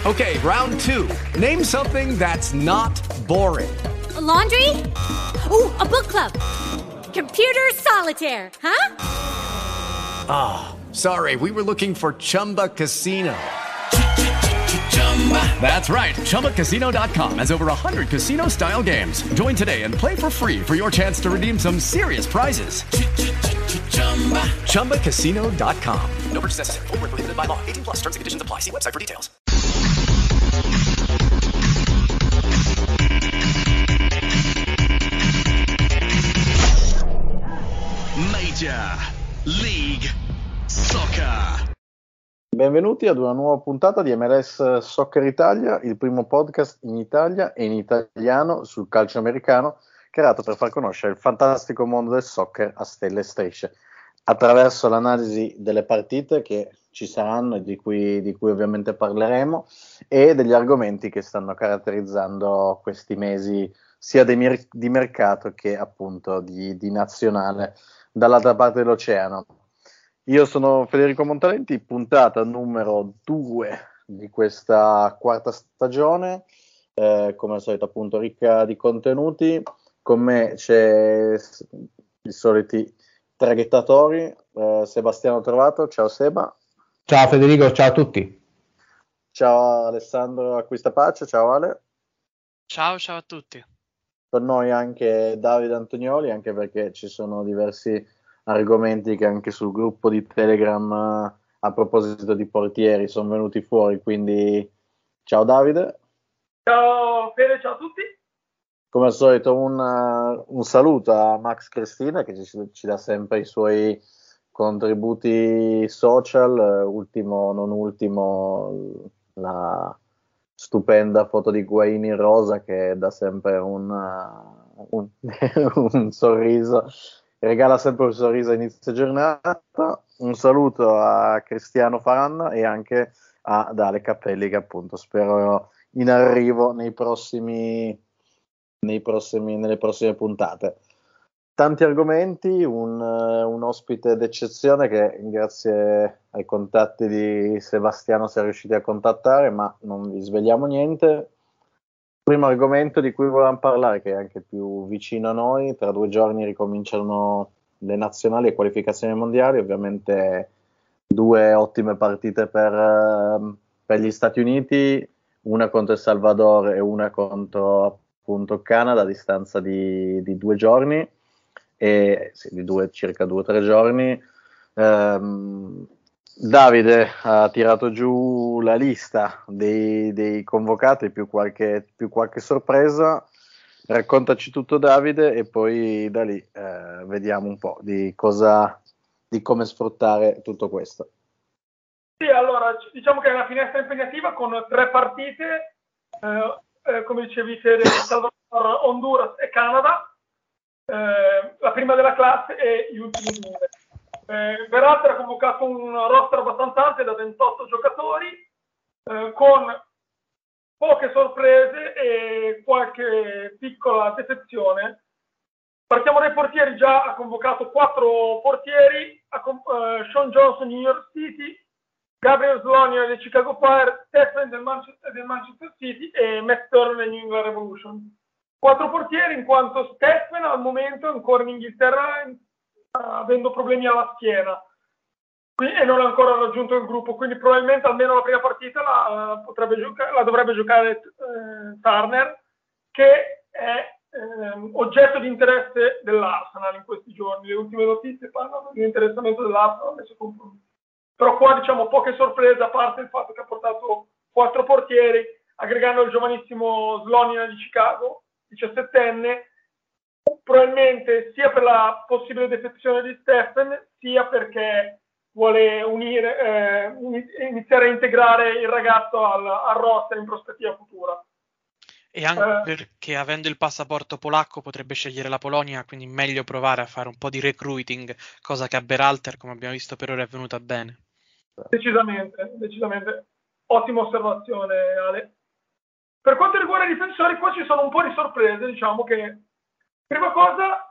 Okay, round two. Name something that's not boring. A laundry? Ooh, a book club. Computer solitaire, huh? Ah, sorry, we were looking for Chumba Casino. That's right, ChumbaCasino.com has over 100 casino-style games. Join today and play for free for your chance to redeem some serious prizes. ChumbaCasino.com. No purchase necessary. Void where prohibited by law. 18 plus. Terms and conditions apply. See website for details. Major League Soccer. Benvenuti ad una nuova puntata di MLS Soccer Italia, il primo podcast in Italia e in italiano sul calcio americano, creato per far conoscere il fantastico mondo del soccer a stelle e strisce, attraverso l'analisi delle partite che ci saranno e di cui ovviamente parleremo, e degli argomenti che stanno caratterizzando questi mesi sia di mercato che appunto di nazionale dall'altra parte dell'oceano. Io sono Federico Montalenti, puntata numero 2 di questa quarta stagione, come al solito appunto ricca di contenuti. Con me c'è i soliti traghettatori, Sebastiano Trovato. Ciao Seba. Ciao Federico, ciao a tutti. Ciao Alessandro Acquistapace, ciao Ale. Ciao a tutti. Per noi anche Davide Antonioli, anche perché ci sono diversi argomenti che anche sul gruppo di Telegram a proposito di portieri sono venuti fuori, quindi ciao Davide. Ciao Fede, ciao a tutti. Come al solito un saluto a Max Cristina che ci dà sempre i suoi contributi social, ultimo non ultimo la stupenda foto di Guaini in rosa che dà sempre un sorriso, regala sempre un sorriso a inizio giornata. Un saluto a Cristiano Faranna e anche a Dale Cappelli, che appunto spero in arrivo nelle prossime puntate. Tanti argomenti, un ospite d'eccezione che grazie ai contatti di Sebastiano si è riusciti a contattare, ma non vi svegliamo niente. Primo argomento di cui volevamo parlare, che è anche più vicino a noi: tra 2 giorni ricominciano le nazionali e qualificazioni mondiali, ovviamente 2 ottime partite per gli Stati Uniti, una contro El Salvador e una contro appunto Canada, a distanza di 2 giorni, e sì, circa 2 o 3 giorni. Davide ha tirato giù la lista dei convocati più qualche sorpresa. Raccontaci tutto Davide e poi da lì vediamo un po' di come sfruttare tutto questo. Sì, allora diciamo che è una finestra impegnativa con 3 partite, come dicevi Fede, Salvador, Honduras e Canada, la prima della classe e gli ultimi 2. Berhalter ha convocato un roster abbastanza ampio da 28 giocatori, con poche sorprese e qualche piccola defezione. Partiamo dai portieri. Già ha convocato 4 portieri, Sean Johnson New York City, Gabriel Slonia del Chicago Fire, Stephen del Manchester City e Matt Turner del New England Revolution. 4 portieri, in quanto Stephen al momento è ancora in Inghilterra avendo problemi alla schiena e non ha ancora raggiunto il gruppo, quindi probabilmente almeno la prima partita la dovrebbe giocare Turner, che è oggetto di interesse dell'Arsenal in questi giorni. Le ultime notizie parlano di interessamento dell'Arsenal nei suoi confronti. Però qua diciamo poche sorprese, a parte il fatto che ha portato 4 portieri, aggregando il giovanissimo Slonina di Chicago, 17enne, probabilmente sia per la possibile defezione di Stephen, sia perché vuole iniziare a integrare il ragazzo al roster in prospettiva futura. E anche perché avendo il passaporto polacco potrebbe scegliere la Polonia, quindi meglio provare a fare un po' di recruiting, cosa che a Berhalter, come abbiamo visto, per ora è venuta bene. Decisamente. Ottima osservazione, Ale. Per quanto riguarda i difensori, qua ci sono un po' di sorprese. Diciamo che, prima cosa,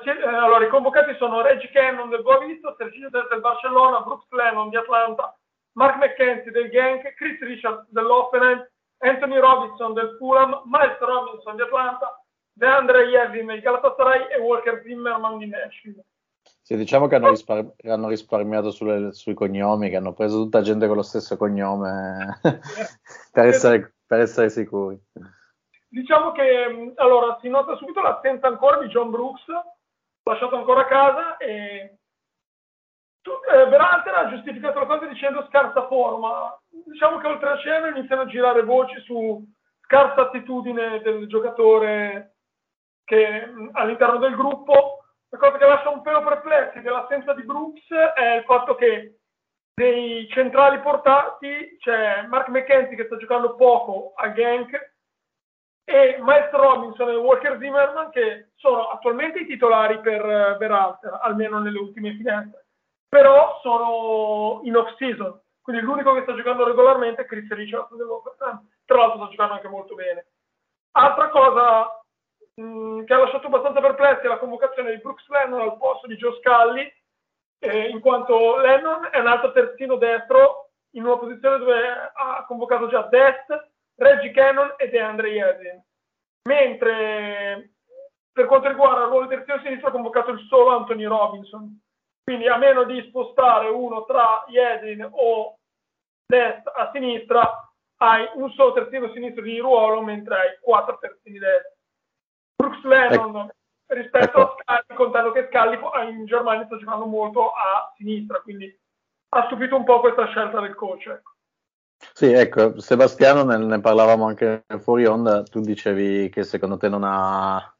allora i convocati sono Reggie Cannon del Boavista, Serginho Dest del Barcellona, Brooks Lennon di Atlanta, Mark McKenzie del Genk, Chris Richards dell'Hoffenheim, Anthony Robinson del Fulham, Miles Robinson di Atlanta, DeAndre Yedlin del Galatasaray e Walker Zimmerman di Nashville. Sì, diciamo che hanno risparmiato sui cognomi, che hanno preso tutta gente con lo stesso cognome per essere sicuri. Diciamo che allora si nota subito l'assenza ancora di John Brooks, lasciato ancora a casa, e Berhalter ha giustificato la cosa dicendo scarsa forma. Diciamo che oltre a scena iniziano a girare voci su scarsa attitudine del giocatore che all'interno del gruppo. La cosa che lascia un pelo perplessi dell'assenza di Brooks è il fatto che dei centrali portati c'è Mark McKenzie che sta giocando poco al Genk e Miles Robinson e Walker Zimmerman che sono attualmente i titolari per Berhalter, almeno nelle ultime finestre, però sono in off-season, quindi l'unico che sta giocando regolarmente è Chris Richards, tra l'altro sta giocando anche molto bene. Altra cosa che ha lasciato abbastanza perplessi è la convocazione di Brooks Lennon al posto di Joe Scully, in quanto Lennon è un altro terzino destro in una posizione dove ha convocato già Dest, Reggie Cannon e DeAndre Yedlin, mentre per quanto riguarda il ruolo di terzino sinistro ha convocato il solo Anthony Robinson, quindi a meno di spostare uno tra Yedlin o Dest a sinistra hai un solo terzino sinistro di ruolo mentre hai 4 terzini destri. Brooks Lennon rispetto a Scully, contando che Scully in Germania sta giocando molto a sinistra, quindi ha stupito un po' questa scelta del coach. Ecco. Sì, ecco, Sebastiano, ne parlavamo anche fuori onda, tu dicevi che secondo te non ha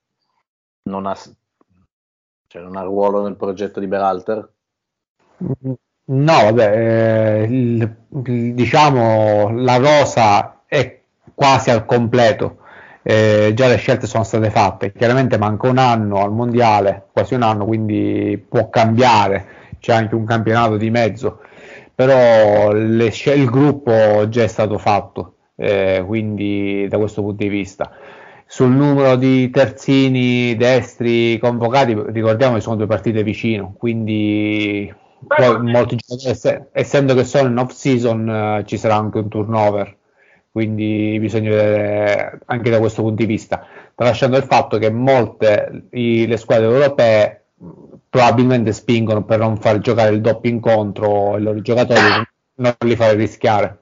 ruolo nel progetto di Berhalter? No, vabbè, diciamo la rosa è quasi al completo. Già le scelte sono state fatte, chiaramente manca un anno al mondiale, quasi un anno, quindi può cambiare, c'è anche un campionato di mezzo, però il gruppo già è stato fatto, quindi da questo punto di vista sul numero di terzini destri convocati ricordiamo che sono 2 partite vicino, quindi poi molti giocatori, essendo che sono in off season, ci sarà anche un turnover, quindi bisogna vedere anche da questo punto di vista, tralasciando il fatto che le squadre europee probabilmente spingono per non far giocare il doppio incontro i loro giocatori, non li fare rischiare.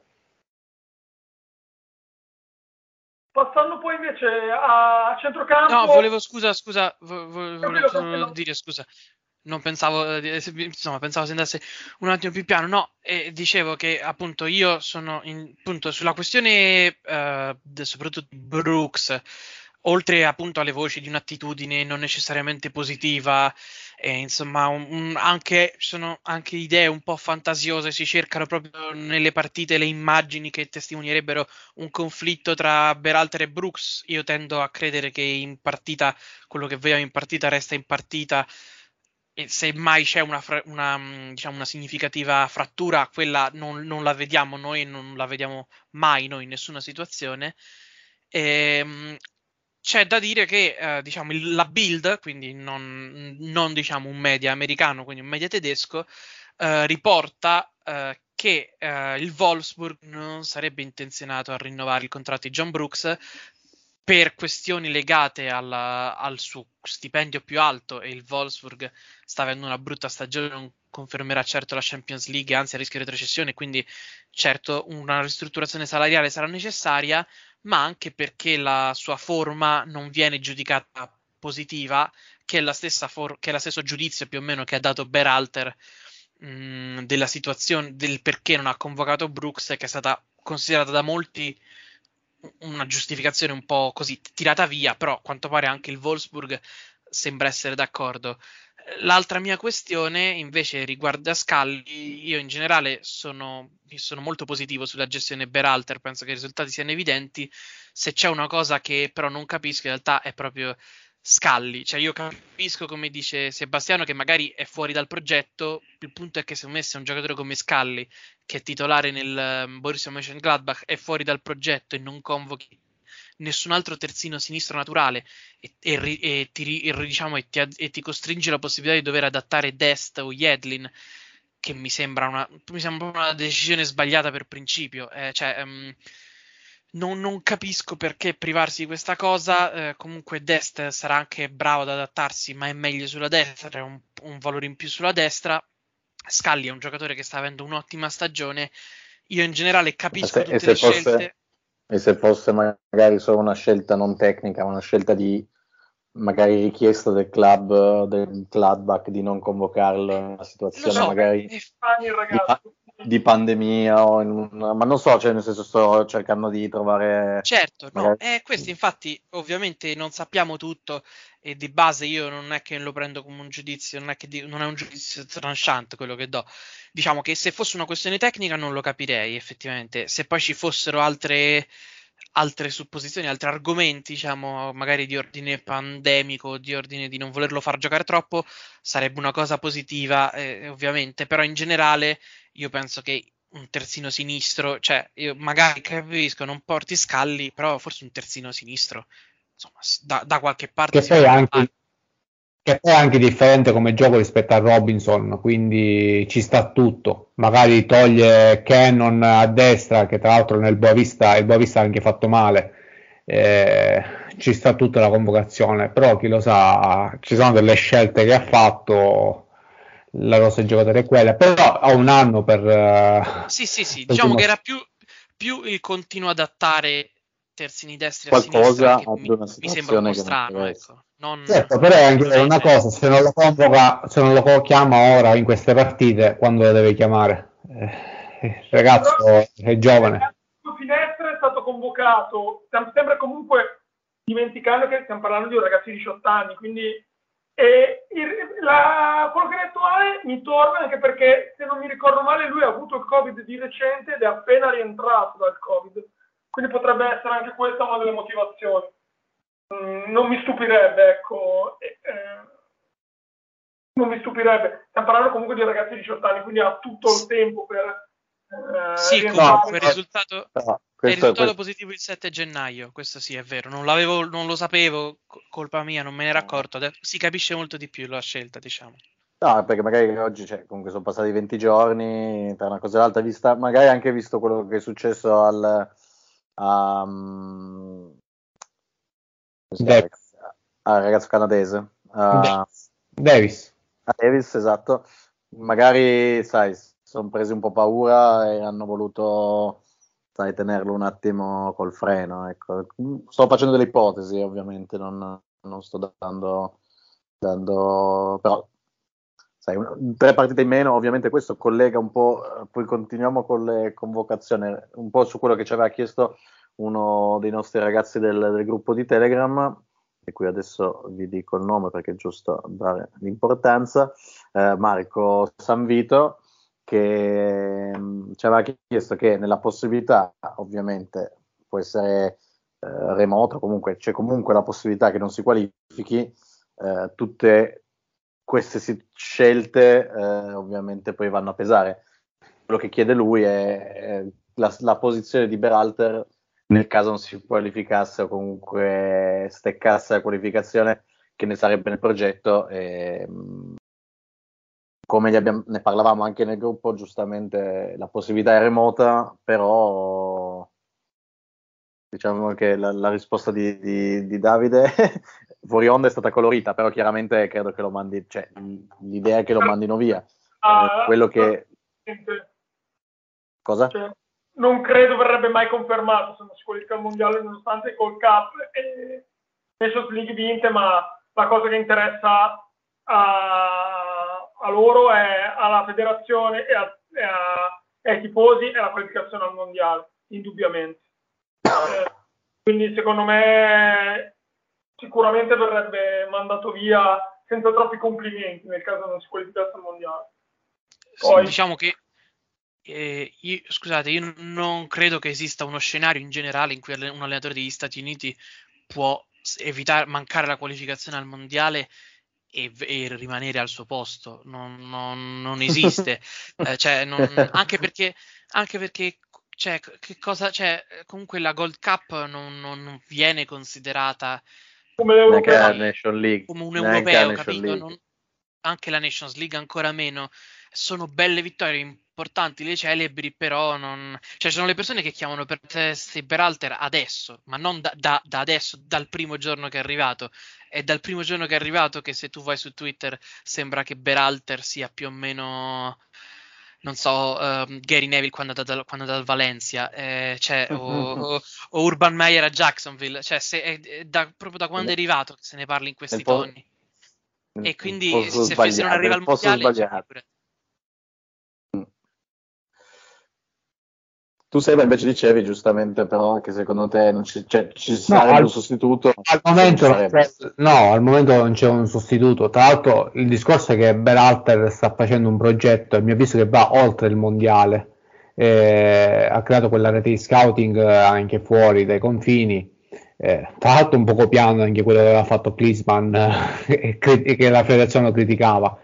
Passando poi invece a centrocampo. No, volevo dire scusa. Non pensavo, insomma, pensavo si andasse un attimo più piano. No, dicevo che appunto io sono appunto sulla questione soprattutto Brooks, oltre appunto alle voci di un'attitudine non necessariamente positiva, insomma, sono anche idee un po' fantasiose, si cercano proprio nelle partite le immagini che testimonierebbero un conflitto tra Berhalter e Brooks. Io tendo a credere che in partita quello che vediamo in partita resta in partita. E se mai c'è una significativa frattura, quella non la vediamo noi, non la vediamo mai noi in nessuna situazione. C'è da dire che la Bild, quindi non diciamo un media americano, quindi un media tedesco, riporta che il Wolfsburg non sarebbe intenzionato a rinnovare il contratto di John Brooks per questioni legate al suo stipendio più alto, e il Wolfsburg sta avendo una brutta stagione, non confermerà certo la Champions League, anzi a rischio di retrocessione, quindi certo una ristrutturazione salariale sarà necessaria, ma anche perché la sua forma non viene giudicata positiva, che è lo stesso giudizio più o meno che ha dato Berhalter della situazione, del perché non ha convocato Brooks, che è stata considerata da molti una giustificazione un po' così tirata via, però a quanto pare anche il Wolfsburg sembra essere d'accordo. L'altra mia questione invece riguarda Scully. Io in generale sono molto positivo sulla gestione Berhalter, penso che i risultati siano evidenti. Se c'è una cosa che però non capisco in realtà è proprio Scully, cioè io capisco, come dice Sebastiano, che magari è fuori dal progetto. Il punto è che se messo un giocatore come Scully, che è titolare nel Borussia Mönchengladbach, è fuori dal progetto e non convochi nessun altro terzino sinistro naturale e ti costringe la possibilità di dover adattare Dest o Yedlin, che mi sembra una decisione sbagliata per principio. Non capisco perché privarsi di questa cosa. Comunque Dest sarà anche bravo ad adattarsi, ma è meglio sulla destra, è un valore in più sulla destra. Scully è un giocatore che sta avendo un'ottima stagione. Io in generale capisco tutte le scelte. E se fosse magari solo una scelta non tecnica, una scelta di magari richiesta del club, del Gladbach di non convocarlo in una situazione magari di pandemia ma non so, cioè nel senso sto cercando di trovare certo, magari... no, questo infatti ovviamente non sappiamo tutto e di base io non è che lo prendo come un giudizio, non è un giudizio tranchant quello che do. Diciamo che se fosse una questione tecnica non lo capirei effettivamente, se poi ci fossero altre supposizioni, altri argomenti, diciamo, magari di ordine pandemico, di ordine di non volerlo far giocare troppo, sarebbe una cosa positiva, ovviamente, però in generale io penso che un terzino sinistro, cioè, io magari capisco, non porti Scully, però forse un terzino sinistro, insomma, da qualche parte che poi è anche differente come gioco rispetto a Robinson, quindi ci sta tutto. Magari toglie Cannon a destra, che tra l'altro il Boavista ha anche fatto male, ci sta tutta la convocazione, però chi lo sa, ci sono delle scelte che ha fatto, la rosa del giocatore è quella, però ha un anno per... Sì, diciamo che era più il continuo adattare terzini destri a qualcosa sinistra che mi sembra un po' strano, ecco. Certo, però è anche una cosa, se non lo convoca, se non lo chiama ora in queste partite, quando lo deve chiamare? Il ragazzo è giovane. Il finestra è stato convocato, stiamo sempre comunque dimenticando che stiamo parlando di un ragazzo di 18 anni, quindi quello che ha detto Ale mi torna anche perché, se non mi ricordo male, lui ha avuto il Covid di recente ed è appena rientrato dal Covid, quindi potrebbe essere anche questa una delle motivazioni. Non mi stupirebbe, ecco, non mi stupirebbe. Stiamo parlando comunque di ragazzi di 18 anni, quindi ha tutto il tempo per... sì, comunque il risultato positivo il 7 gennaio, questo sì è vero, non lo sapevo, colpa mia, non me ne ero accorto, si capisce molto di più la scelta, diciamo. No, perché magari oggi, comunque sono passati 20 giorni, tra una cosa e l'altra, magari anche visto quello che è successo al ragazzo canadese, Davis, esatto, magari sai, sono presi un po' paura e hanno voluto, sai, tenerlo un attimo col freno, ecco. Sto facendo delle ipotesi, ovviamente non sto dando però sai, 3 partite in meno, ovviamente questo collega un po', poi continuiamo con le convocazioni, un po' su quello che ci aveva chiesto uno dei nostri ragazzi del gruppo di Telegram, e qui adesso vi dico il nome perché è giusto dare l'importanza, Marco Sanvito, che ci aveva chiesto che nella possibilità, ovviamente può essere remoto, comunque c'è comunque la possibilità che non si qualifichi, tutte queste scelte ovviamente poi vanno a pesare. Quello che chiede lui è la posizione di Berhalter nel caso non si qualificasse o comunque steccasse la qualificazione che ne sarebbe nel progetto. Come ne parlavamo anche nel gruppo, giustamente la possibilità è remota, però diciamo che la risposta di Davide fuori onda è stata colorita, però chiaramente credo che lo mandi, cioè l'idea è che lo mandino via. Quello che... Cosa? Cioè, non credo verrebbe mai confermato se non si qualifica al mondiale, nonostante col Cup e Nations League vinte, ma la cosa che interessa a loro alla federazione e ai tifosi è la qualificazione al mondiale, indubbiamente. Quindi secondo me sicuramente verrebbe mandato via senza troppi complimenti nel caso non si qualificasse al mondiale. Poi, sì, diciamo che io non credo che esista uno scenario in generale in cui un allenatore degli Stati Uniti può evitare mancare la qualificazione al mondiale e rimanere al suo posto. Non esiste. Anche perché cioè, che cosa, cioè, comunque la Gold Cup non viene considerata come l'Europeo, Nation League, come un europeo, capito? Anche la Nations League ancora meno. sono belle vittorie importanti, le celebri, però non... Cioè, ci sono le persone che chiamano per testi Berhalter adesso, ma non da adesso, dal primo giorno che è arrivato. È dal primo giorno che è arrivato che se tu vai su Twitter sembra che Berhalter sia più o meno... Non so, Gary Neville quando è andato al Valencia, cioè, o Urban Meyer a Jacksonville, cioè è proprio da quando è arrivato che se ne parla in questi toni. E quindi se non arriva al mondiale, cioè, tu Seba invece dicevi giustamente però che secondo te non ci sarebbe un sostituto. Al momento non c'è un sostituto. Tra l'altro il discorso è che Berhalter sta facendo un progetto, a mio avviso, che va oltre il mondiale. Ha creato quella rete di scouting anche fuori dai confini. Tra l'altro un po' copiando anche quello che aveva fatto Klinsmann e che la federazione lo criticava.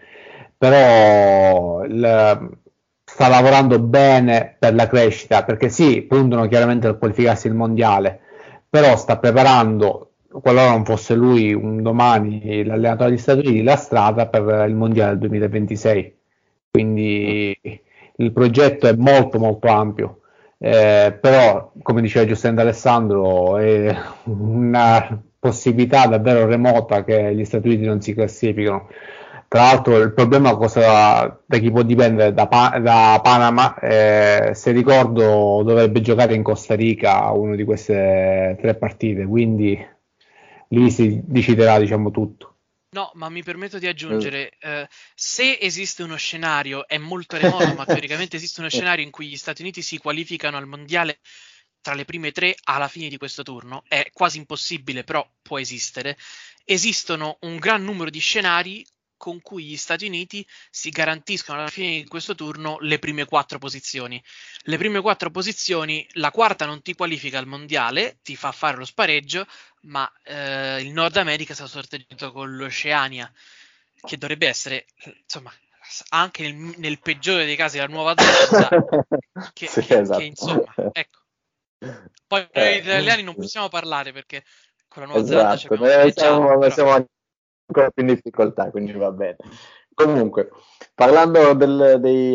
Però sta lavorando bene per la crescita, perché sì, puntano chiaramente al qualificarsi il mondiale, però sta preparando, qualora non fosse lui un domani l'allenatore degli Stati Uniti, la strada per il mondiale del 2026. Quindi il progetto è molto molto ampio, però come diceva giustamente Alessandro, è una possibilità davvero remota che gli Stati Uniti non si classificano. Tra l'altro il problema da chi può dipendere da Panama, se ricordo dovrebbe giocare in Costa Rica una di queste 3 partite, quindi lì si deciderà, diciamo, tutto. No, ma mi permetto di aggiungere, se esiste uno scenario, è molto remoto, ma teoricamente esiste uno scenario in cui gli Stati Uniti si qualificano al mondiale tra le prime 3 alla fine di questo turno, è quasi impossibile, però può esistere. Esistono un gran numero di scenari con cui gli Stati Uniti si garantiscono alla fine di questo turno le prime 4 posizioni. Le prime 4 posizioni, la quarta non ti qualifica al mondiale, ti fa fare lo spareggio, ma il Nord America sta sorteggiando con l'Oceania, che dovrebbe essere, insomma, anche nel peggiore dei casi la Nuova Zelanda, esatto. che insomma, ecco. Poi noi italiani non possiamo parlare perché con la Nuova Zelanda ci abbiamo noi siamo ancora più in difficoltà, quindi va bene. Comunque, parlando dei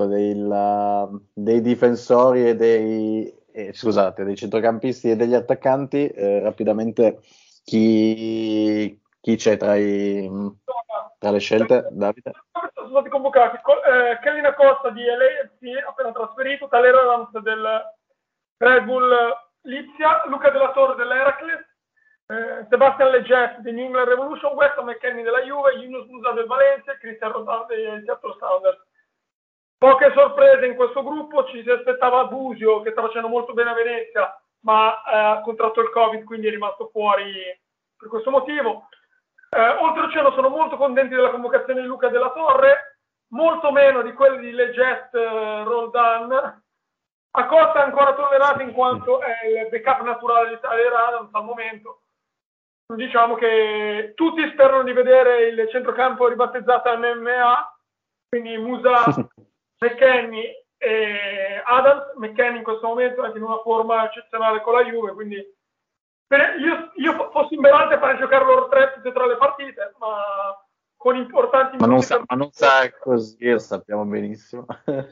difensori e dei centrocampisti e degli attaccanti, rapidamente chi c'è tra le scelte, Davide? Sono stati convocati Kevin Acosta di LAFC, appena trasferito, Tyler Adams del Red Bull Lipsia, Luca Della Torre dell'Heracles, Sebastian Lletget di New England Revolution, Weston McKennie della Juve, Yunus Musa del Valencia e Cristian Rodan dei Seattle Sounders. Poche sorprese in questo gruppo, ci si aspettava Busio che sta facendo molto bene a Venezia, ma ha contratto il Covid, quindi è rimasto fuori per questo motivo. Oltreoceano sono molto contenti della convocazione di Luca Della Torre, molto meno di quelli di Lletget, Roldan. Acosta è ancora tollerato in quanto è il backup naturale di Tyler Adams al momento. Diciamo che tutti sperano di vedere il centrocampo ribattezzato MMA, quindi Musa, McKennie e Adams. McKennie in questo momento è anche in una forma eccezionale con la Juve, quindi io fossi in Berhalter farei giocare loro 3 tutte tra le partite, ma con importanti ma non sarà così, lo sappiamo benissimo.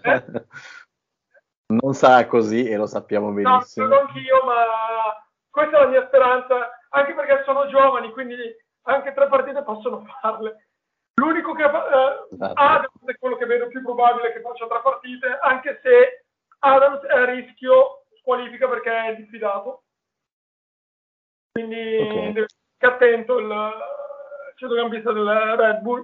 Non sarà così e lo sappiamo benissimo. No, non anch'io, ma questa è la mia speranza, anche perché sono giovani, quindi anche 3 partite possono farle. L'unico che Adams è quello che vedo più probabile che faccia 3 partite, anche se Adams è a rischio squalifica perché è diffidato. Quindi deve stare attento il centrocampista del Red Bull.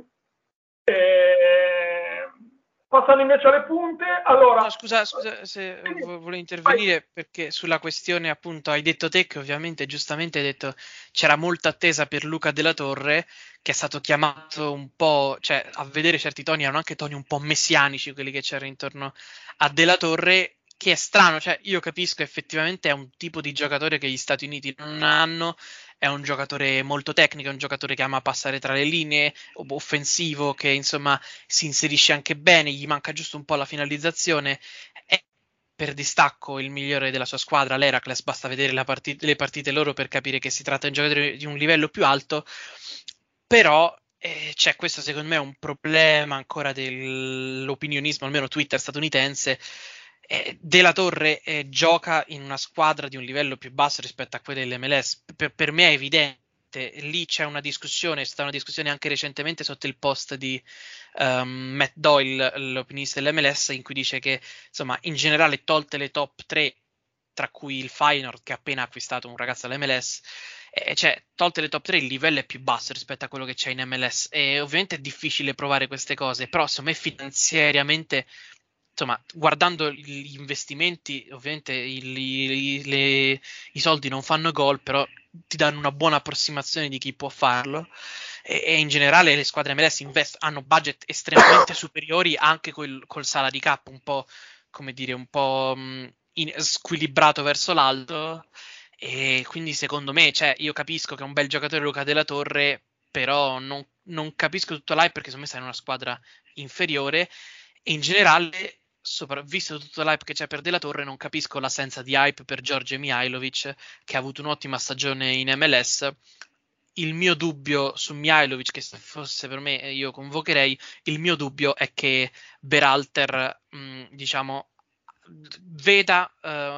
Passando invece alle punte, allora... No, scusa se volevo intervenire, perché sulla questione appunto hai detto te che ovviamente giustamente hai detto c'era molta attesa per Luca Della Torre, che è stato chiamato un po', cioè a vedere certi toni erano anche toni un po' messianici quelli che c'erano intorno a Della Torre, che è strano, cioè io capisco effettivamente è un tipo di giocatore che gli Stati Uniti non hanno, è un giocatore molto tecnico, è un giocatore che ama passare tra le linee, offensivo, che insomma si inserisce anche bene, gli manca giusto un po' la finalizzazione, è per distacco il migliore della sua squadra, l'Heracles, basta vedere le partite loro per capire che si tratta di un giocatore di un livello più alto, però C'è questo secondo me è un problema ancora dell'opinionismo, almeno Twitter statunitense. De La Torre gioca in una squadra di un livello più basso rispetto a quella dell'MLS. Per me è evidente. Lì c'è una discussione, è stata una discussione anche recentemente sotto il post di Matt Doyle, l'opinionista dell'MLS, in cui dice che insomma in generale, tolte le top 3, tra cui il Feyenoord che ha appena acquistato un ragazzo all'MLS, cioè tolte le top 3 il livello è più basso rispetto a quello che c'è in MLS, e ovviamente è difficile provare queste cose, però secondo me finanziariamente, insomma, guardando gli investimenti, ovviamente i soldi non fanno gol, però ti danno una buona approssimazione di chi può farlo, e in generale le squadre MLS hanno budget estremamente superiori anche col salary cap un po', come dire, un po' squilibrato verso l'alto, e quindi secondo me, cioè, io capisco che è un bel giocatore Luca Della Torre, però non capisco tutto l'hype, perché secondo me sei in una squadra inferiore, e in generale, visto tutto l'hype che c'è per Della Torre, non capisco l'assenza di hype per George Mihailovic, che ha avuto un'ottima stagione in MLS. Il mio dubbio su Mihailovic, che se fosse per me io convocherei, il mio dubbio è che Berhalter, diciamo, veda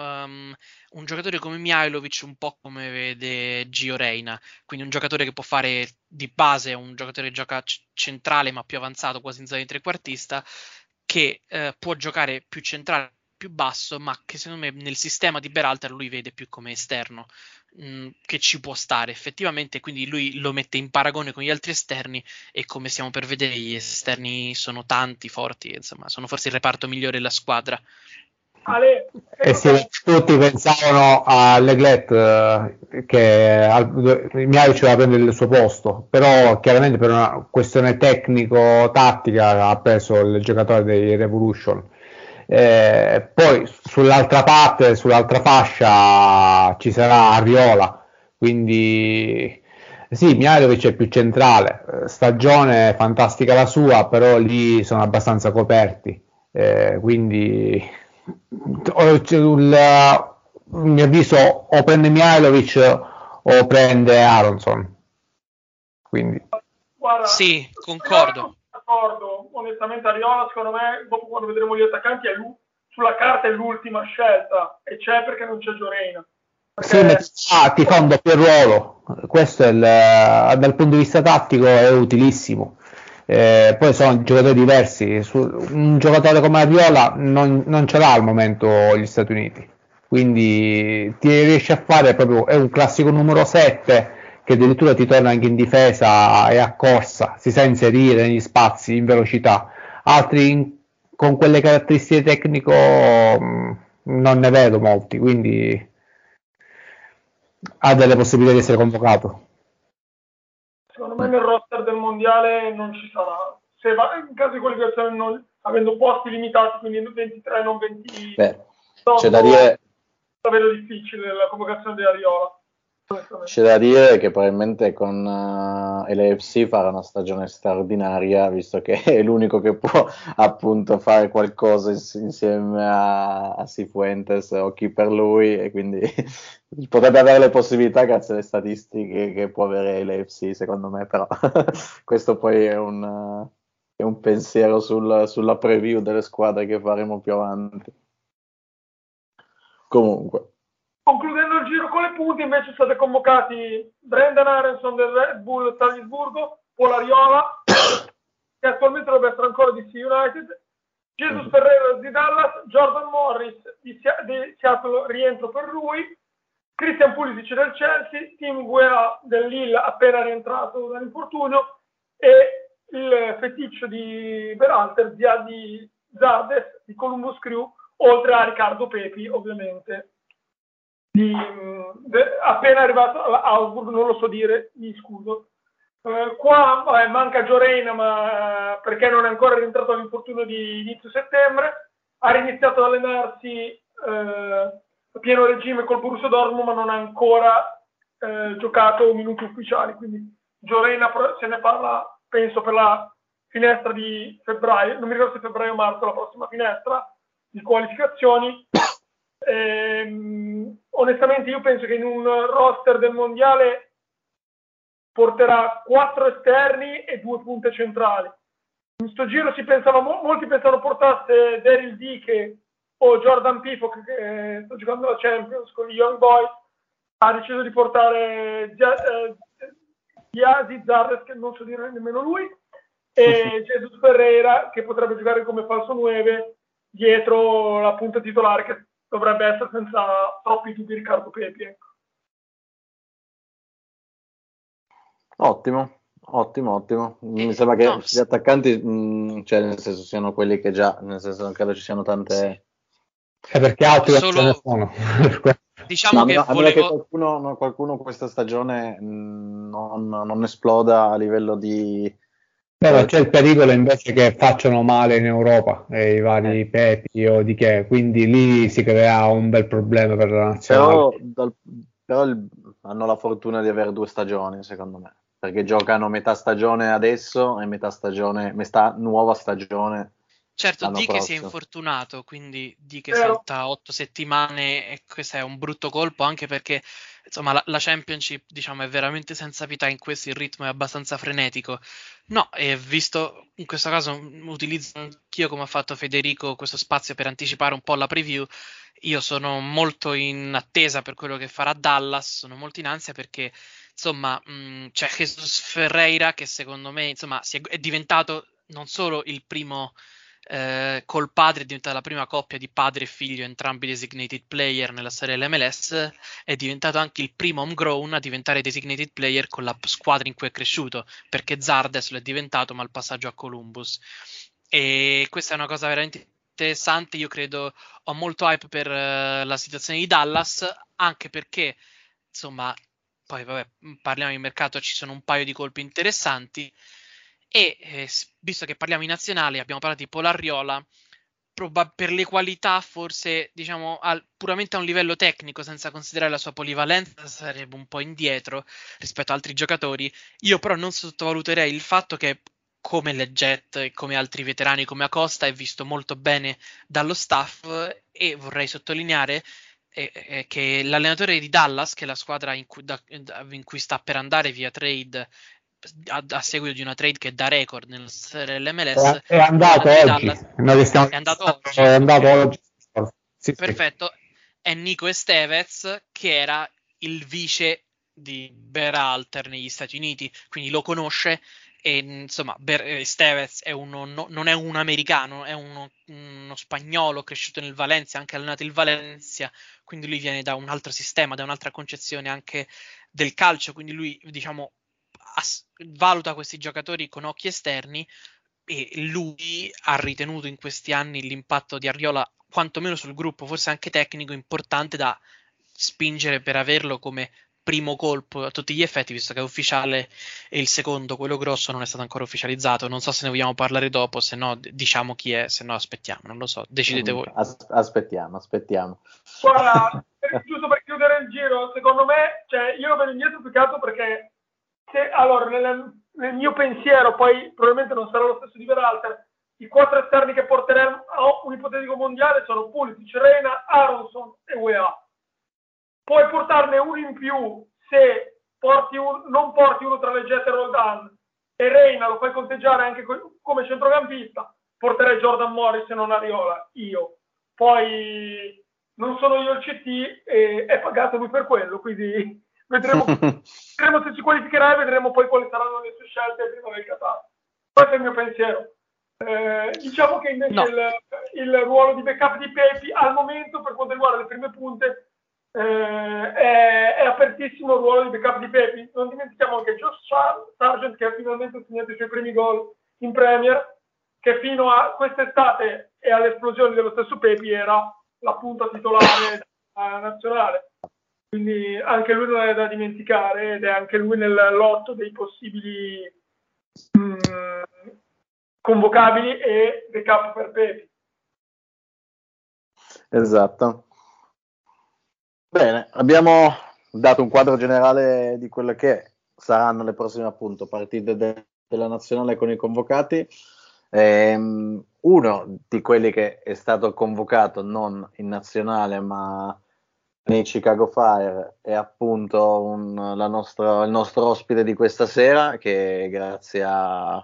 un giocatore come Mihailovic un po' come vede Gio Reyna, quindi un giocatore che può fare di base, un giocatore che gioca centrale ma più avanzato, quasi in zona di trequartista, che può giocare più centrale, più basso, ma che secondo me nel sistema di Berhalter lui vede più come esterno, che ci può stare effettivamente, quindi lui lo mette in paragone con gli altri esterni, e come stiamo per vedere gli esterni sono tanti, forti, insomma sono forse il reparto migliore della squadra. Ale, sì, tutti pensavano a Leglet, che Mihailovic doveva prendere il suo posto, però chiaramente per una questione tecnico-tattica ha preso il giocatore dei Revolution. Poi sull'altra parte, sull'altra fascia ci sarà Arriola, quindi sì, Mihailovic è più centrale, stagione fantastica la sua, però lì sono abbastanza coperti, quindi a mio avviso o prende Mihailovic o prende Aronson, quindi guarda, sì, concordo. Onestamente Arriola secondo me, dopo quando vedremo gli attaccanti, sulla carta è l'ultima scelta, e c'è perché non c'è Gio Reyna. Ti fa un doppio ruolo, questo è dal punto di vista tattico è utilissimo. Poi sono giocatori diversi, un giocatore come Arriola non ce l'ha al momento gli Stati Uniti, quindi ti riesce a fare proprio, è un classico numero 7 che addirittura ti torna anche in difesa e a corsa, si sa inserire negli spazi in velocità. Altri con quelle caratteristiche tecnico non ne vedo molti, quindi ha delle possibilità di essere convocato. Secondo me nel roster del mondiale non ci sarà. Se va, in caso di qualificazione, avendo posti limitati, quindi 23, non 20. C'è da dire, la vedo difficile la convocazione di Arriola. C'è da dire che probabilmente con l'AFC farà una stagione straordinaria, visto che è l'unico che può appunto fare qualcosa insieme a Cifuentes o chi per lui, e quindi potrebbe avere le possibilità grazie alle statistiche che può avere l'AFC, secondo me, però questo poi è un pensiero sulla preview delle squadre che faremo più avanti. Comunque, concludendo il giro con le punti, invece state convocati Brendan Aronson del Red Bull Salisburgo, Paul Arriola, che attualmente dovrebbe essere ancora di United, Jesus Ferreira di Dallas, Jordan Morris di Seattle, rientro per lui, Christian Pulisic del Chelsea, Tim Guea del Lille appena rientrato dall'infortunio, e il feticcio di Berhalter, Ziadi Zardes di Columbus Crew, oltre a Riccardo Pepi, ovviamente, appena arrivato all'Augsburg, non lo so dire, mi scuso. Qua manca Gio Reyna, ma perché non è ancora rientrato all'infortunio di inizio settembre, ha riniziato ad allenarsi a pieno regime col Borussia Dortmund, ma non ha ancora giocato minuti ufficiali, quindi Gio Reyna se ne parla, penso, per la finestra di febbraio, non mi ricordo se febbraio o marzo, la prossima finestra di qualificazioni. Onestamente io penso che in un roster del mondiale porterà 4 esterni e 2 punte centrali. In sto giro si pensava, molti pensavano portasse Daryl Dike o Jordan Pifok, che sta giocando la Champions con i Young Boys. Ha deciso di portare Giazi Zardes, che non so dire nemmeno lui, e Jesus Ferreira, che potrebbe giocare come falso 9 dietro la punta titolare, che dovrebbe essere senza troppi dubbi Riccardo Pepi. Ecco. Ottimo. Mi sembra che gli attaccanti, cioè nel senso, siano quelli che già, nel senso, non credo ci siano tante. È perché altri Solo... sono. Diciamo che volevo... che qualcuno questa stagione non esploda a livello di. Però c'è il pericolo invece che facciano male in Europa i vari Pepi o di che, quindi lì si crea un bel problema per la nazionale. Però hanno la fortuna di avere 2 stagioni, secondo me, perché giocano metà stagione adesso e metà nuova stagione. Certo, di che si è infortunato, quindi di che salta 8 settimane, e questo è un brutto colpo, anche perché insomma la Championship, diciamo, è veramente senza pietà in questo, il ritmo è abbastanza frenetico. No, e visto in questo caso utilizzo anch'io, come ha fatto Federico, questo spazio per anticipare un po' la preview. Io sono molto in attesa per quello che farà Dallas, sono molto in ansia perché insomma c'è Jesus Ferreira che secondo me insomma è diventato non solo il primo col padre, è diventata la prima coppia di padre e figlio, entrambi designated player nella storia dell'MLS, è diventato anche il primo homegrown a diventare designated player con la squadra in cui è cresciuto, perché Zardes lo è diventato ma il passaggio a Columbus, e questa è una cosa veramente interessante. Io credo, ho molto hype per la situazione di Dallas, anche perché insomma poi vabbè, parliamo di mercato, ci sono un paio di colpi interessanti. E visto che parliamo in nazionale, abbiamo parlato di Polarriola, per le qualità forse diciamo puramente a un livello tecnico, senza considerare la sua polivalenza, sarebbe un po' indietro rispetto ad altri giocatori. Io però non sottovaluterei il fatto che, come Leggett e come altri veterani come Acosta, è visto molto bene dallo staff, e vorrei sottolineare che l'allenatore di Dallas, che è la squadra in cui sta per andare via trade a seguito di una trade che dà record nell'MLS, è andato oggi. È andato oggi. Sì, perfetto. È Nico Estevez, che era il vice di Berhalter negli Stati Uniti, quindi lo conosce. E insomma Estevez non è un americano, è uno spagnolo cresciuto nel Valencia, anche allenato il Valencia, quindi lui viene da un altro sistema, da un'altra concezione anche del calcio, quindi lui diciamo valuta questi giocatori con occhi esterni, e lui ha ritenuto in questi anni l'impatto di Arriola, quantomeno sul gruppo, forse anche tecnico, importante da spingere per averlo come primo colpo a tutti gli effetti, visto che è ufficiale, e il secondo, quello grosso, non è stato ancora ufficializzato. Non so se ne vogliamo parlare dopo, se no diciamo chi è, se no aspettiamo, non lo so, decidete voi. Aspettiamo. Guarda, giusto per chiudere il giro, secondo me, cioè, io lo vedo indietro più che altro perché allora nel mio pensiero, poi probabilmente non sarà lo stesso di Berhalter, i 4 esterni che porteremo a un ipotetico mondiale sono Pulisic, Reina, Aronson e Weah. Puoi portarne uno in più se non porti uno tra Leggett e Roldan, e Reina lo fai conteggiare anche come centrocampista. Porterei Jordan Morris e non Arriola, io. Poi non sono io il CT e è pagato lui per quello, quindi vedremo se si qualificherà e vedremo poi quali saranno le sue scelte prima del Qatar. Questo è il mio pensiero. Diciamo che invece il ruolo di backup di Pepi al momento, per quanto riguarda le prime punte, è apertissimo il ruolo di backup di Pepi. Non dimentichiamo che Josh Sargent, che ha finalmente segnato i suoi primi gol in Premier, che fino a quest'estate e all'esplosione dello stesso Pepi era la punta titolare nazionale. Quindi anche lui non è da dimenticare, ed è anche lui nel lotto dei possibili convocabili e backup per Pepi. Esatto. Bene, abbiamo dato un quadro generale di quelle che saranno le prossime, appunto, partite della nazionale con i convocati. Uno di quelli che è stato convocato non in nazionale ma nei Chicago Fire è appunto il nostro ospite di questa sera, che grazie a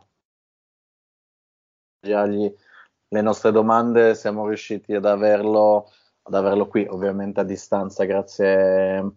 le nostre domande siamo riusciti ad averlo qui, ovviamente a distanza, grazie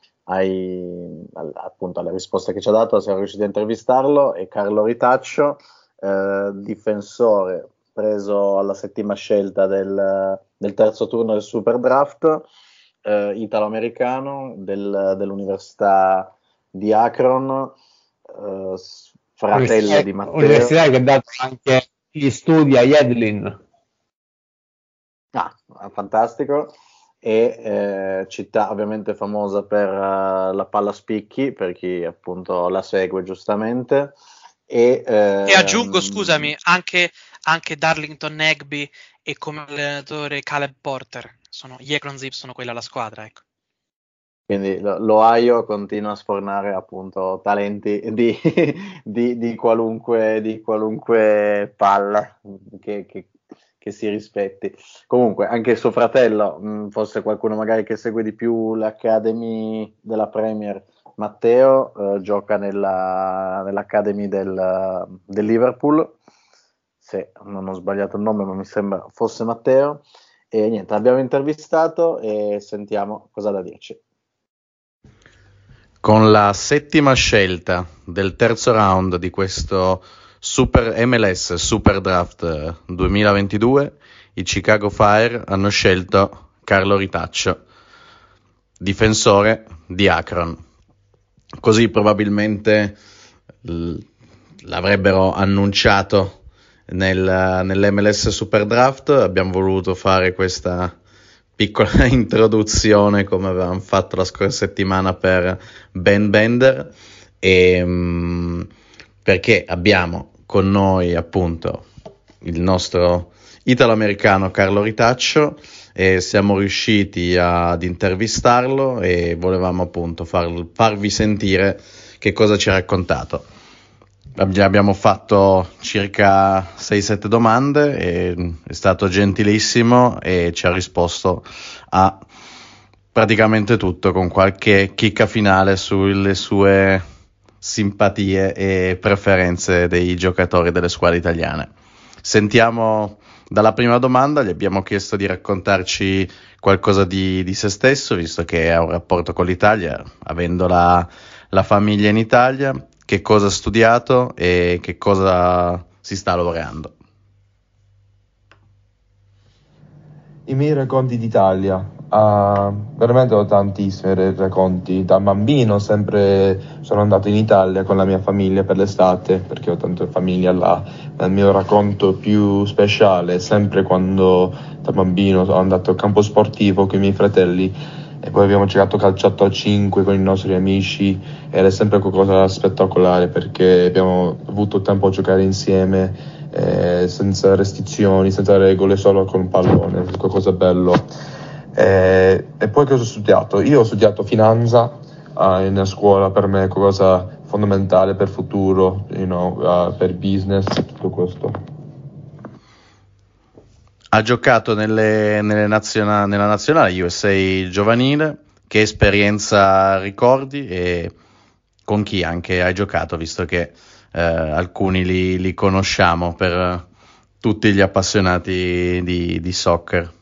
appunto alle risposte che ci ha dato. Siamo riusciti a intervistarlo. È Carlo Ritaccio, difensore preso alla 7ª scelta del terzo turno del Super Draft, italo-americano dell'Università di Akron, fratello di Matteo. Università che ha dato anche gli studi a Yedlin. Fantastico. E città ovviamente famosa per la palla spicchi, per chi appunto la segue giustamente. E aggiungo, scusami, anche Darlington Nagby e come allenatore Caleb Porter. Gli Akron Zips sono quella la squadra, ecco. Quindi l'Ohio continua a sfornare appunto talenti di qualunque palla che si rispetti. Comunque anche suo fratello, forse qualcuno magari che segue di più l'Academy della Premier, Matteo, gioca nell'Academy del Liverpool, se non ho sbagliato il nome, ma mi sembra fosse Matteo. E niente, l'abbiamo intervistato e sentiamo cosa ha da dirci. Con la 7ª scelta del terzo round di questo Super MLS Super Draft 2022, i Chicago Fire hanno scelto Carlo Ritaccio, difensore di Akron. Così probabilmente l'avrebbero annunciato nell'MLS Super Draft. Abbiamo voluto fare questa piccola introduzione come avevamo fatto la scorsa settimana per Ben Bender, perché abbiamo con noi appunto il nostro italo-americano Carlo Ritaccio e siamo riusciti ad intervistarlo e volevamo appunto farvi sentire che cosa ci ha raccontato. Abbiamo fatto circa 6-7 domande e è stato gentilissimo e ci ha risposto a praticamente tutto, con qualche chicca finale sulle sue simpatie e preferenze dei giocatori delle squadre italiane. Sentiamo dalla prima domanda. Gli abbiamo chiesto di raccontarci qualcosa di se stesso, visto che ha un rapporto con l'Italia, avendo la famiglia in Italia. Che cosa ha studiato e che cosa si sta laureando? I miei racconti d'Italia, veramente ho tantissimi racconti. Da bambino sempre sono andato in Italia con la mia famiglia per l'estate, perché ho tanta famiglia là. Il mio racconto più speciale è sempre quando da bambino sono andato al campo sportivo con i miei fratelli e poi abbiamo giocato calciato a 5 con i nostri amici. Era sempre qualcosa di spettacolare perché abbiamo avuto tempo a giocare insieme, senza restrizioni, senza regole, solo con un pallone, qualcosa bello. E poi cosa ho studiato? Io ho studiato finanza in scuola, per me è qualcosa fondamentale per il futuro, per business, tutto questo. Ha giocato nella nazionale USA giovanile. Che esperienza ricordi e con chi anche hai giocato, visto che alcuni li conosciamo per tutti gli appassionati di soccer?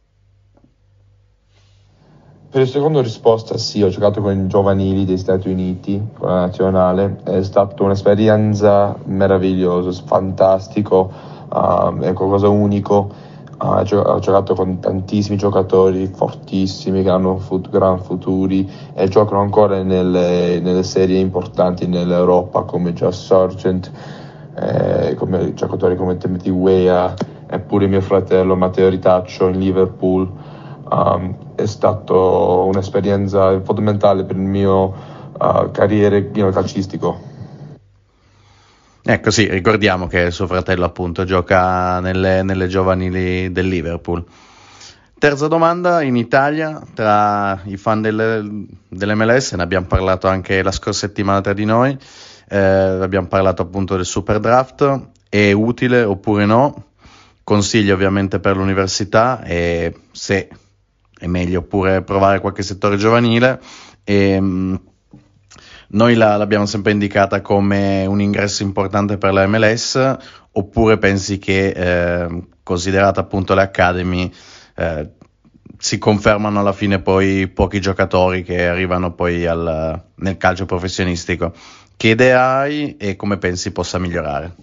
Per la seconda risposta sì, ho giocato con i giovanili degli Stati Uniti, con la nazionale. È stata un'esperienza meravigliosa, fantastico, è qualcosa unico. Ho giocato con tantissimi giocatori fortissimi che hanno gran futuri e giocano ancora nelle serie importanti nell'Europa, come Josh Sargent, come giocatori come Timothy Weah e pure mio fratello Matteo Ritaccio in Liverpool. È stata un'esperienza fondamentale per il mio carriera calcistico. Ecco, sì, ricordiamo che suo fratello appunto gioca nelle giovanili del Liverpool. Terza domanda: in Italia, tra i fan dell'MLS, ne abbiamo parlato anche la scorsa settimana tra di noi, abbiamo parlato appunto del Super Draft. È utile oppure no? Consigli ovviamente per l'università, e se è meglio, oppure provare qualche settore giovanile. E noi l'abbiamo sempre indicata come un ingresso importante per la MLS, oppure pensi che considerata appunto le Academy si confermano alla fine poi pochi giocatori che arrivano poi nel calcio professionistico? Che idea hai e come pensi possa migliorare?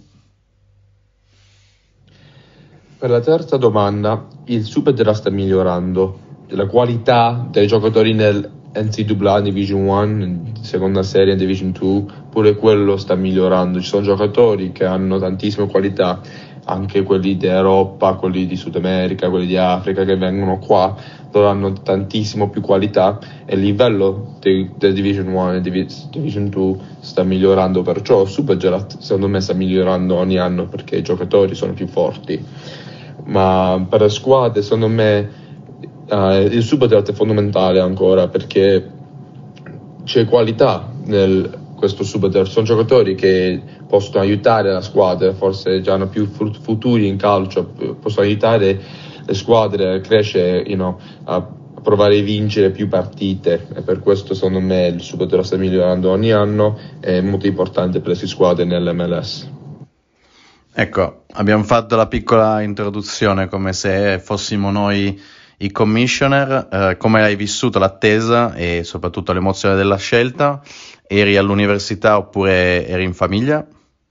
Per la terza domanda, il Superdraft sta migliorando. La qualità dei giocatori nel NCAA Division 1, seconda serie Division 2, pure quello sta migliorando. Ci sono giocatori che hanno tantissime qualità, anche quelli d'Europa, quelli di Sud America, quelli di Africa che vengono qua, loro hanno tantissimo più qualità e il livello del Division 1 e Division 2 sta migliorando, perciò Superdraft secondo me sta migliorando ogni anno perché i giocatori sono più forti. Ma per le squadre secondo me il Superdraft è fondamentale ancora perché c'è qualità questo Superdraft, sono giocatori che possono aiutare la squadra, forse già hanno più futuri in calcio, possono aiutare le squadre a crescere, a provare a vincere più partite, e per questo secondo me il Superdraft sta migliorando ogni anno, è molto importante per le squadre nell'MLS. Ecco, abbiamo fatto la piccola introduzione come se fossimo noi i commissioner. Come hai vissuto l'attesa e soprattutto l'emozione della scelta? Eri all'università oppure eri in famiglia?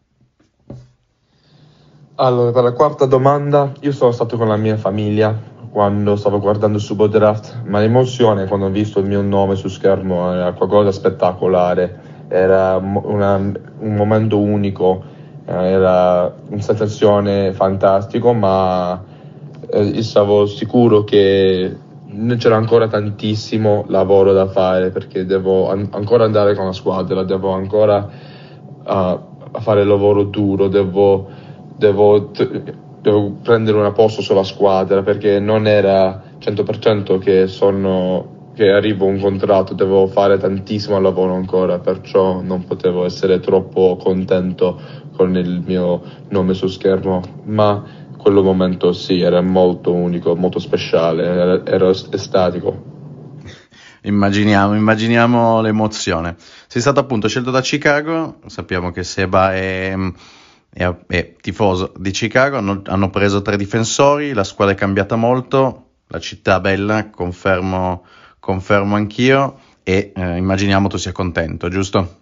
Allora, per la quarta domanda, io sono stato con la mia famiglia quando stavo guardando il Superdraft, ma l'emozione quando ho visto il mio nome su schermo era qualcosa di spettacolare, era un momento unico, era una sensazione fantastica, ma io stavo sicuro che c'era ancora tantissimo lavoro da fare perché devo ancora andare con la squadra, devo ancora fare il lavoro duro, devo prendere un posto sulla squadra perché non era 100% che arrivo un contratto, devo fare tantissimo lavoro ancora, perciò non potevo essere troppo contento con il mio nome su schermo, ma quello momento sì, era molto unico, molto speciale, ero estatico. Immaginiamo l'emozione. Sei stato appunto scelto da Chicago, sappiamo che Seba è tifoso di Chicago, hanno preso 3 difensori, la squadra è cambiata molto, la città è bella, confermo anch'io, e immaginiamo tu sia contento, giusto?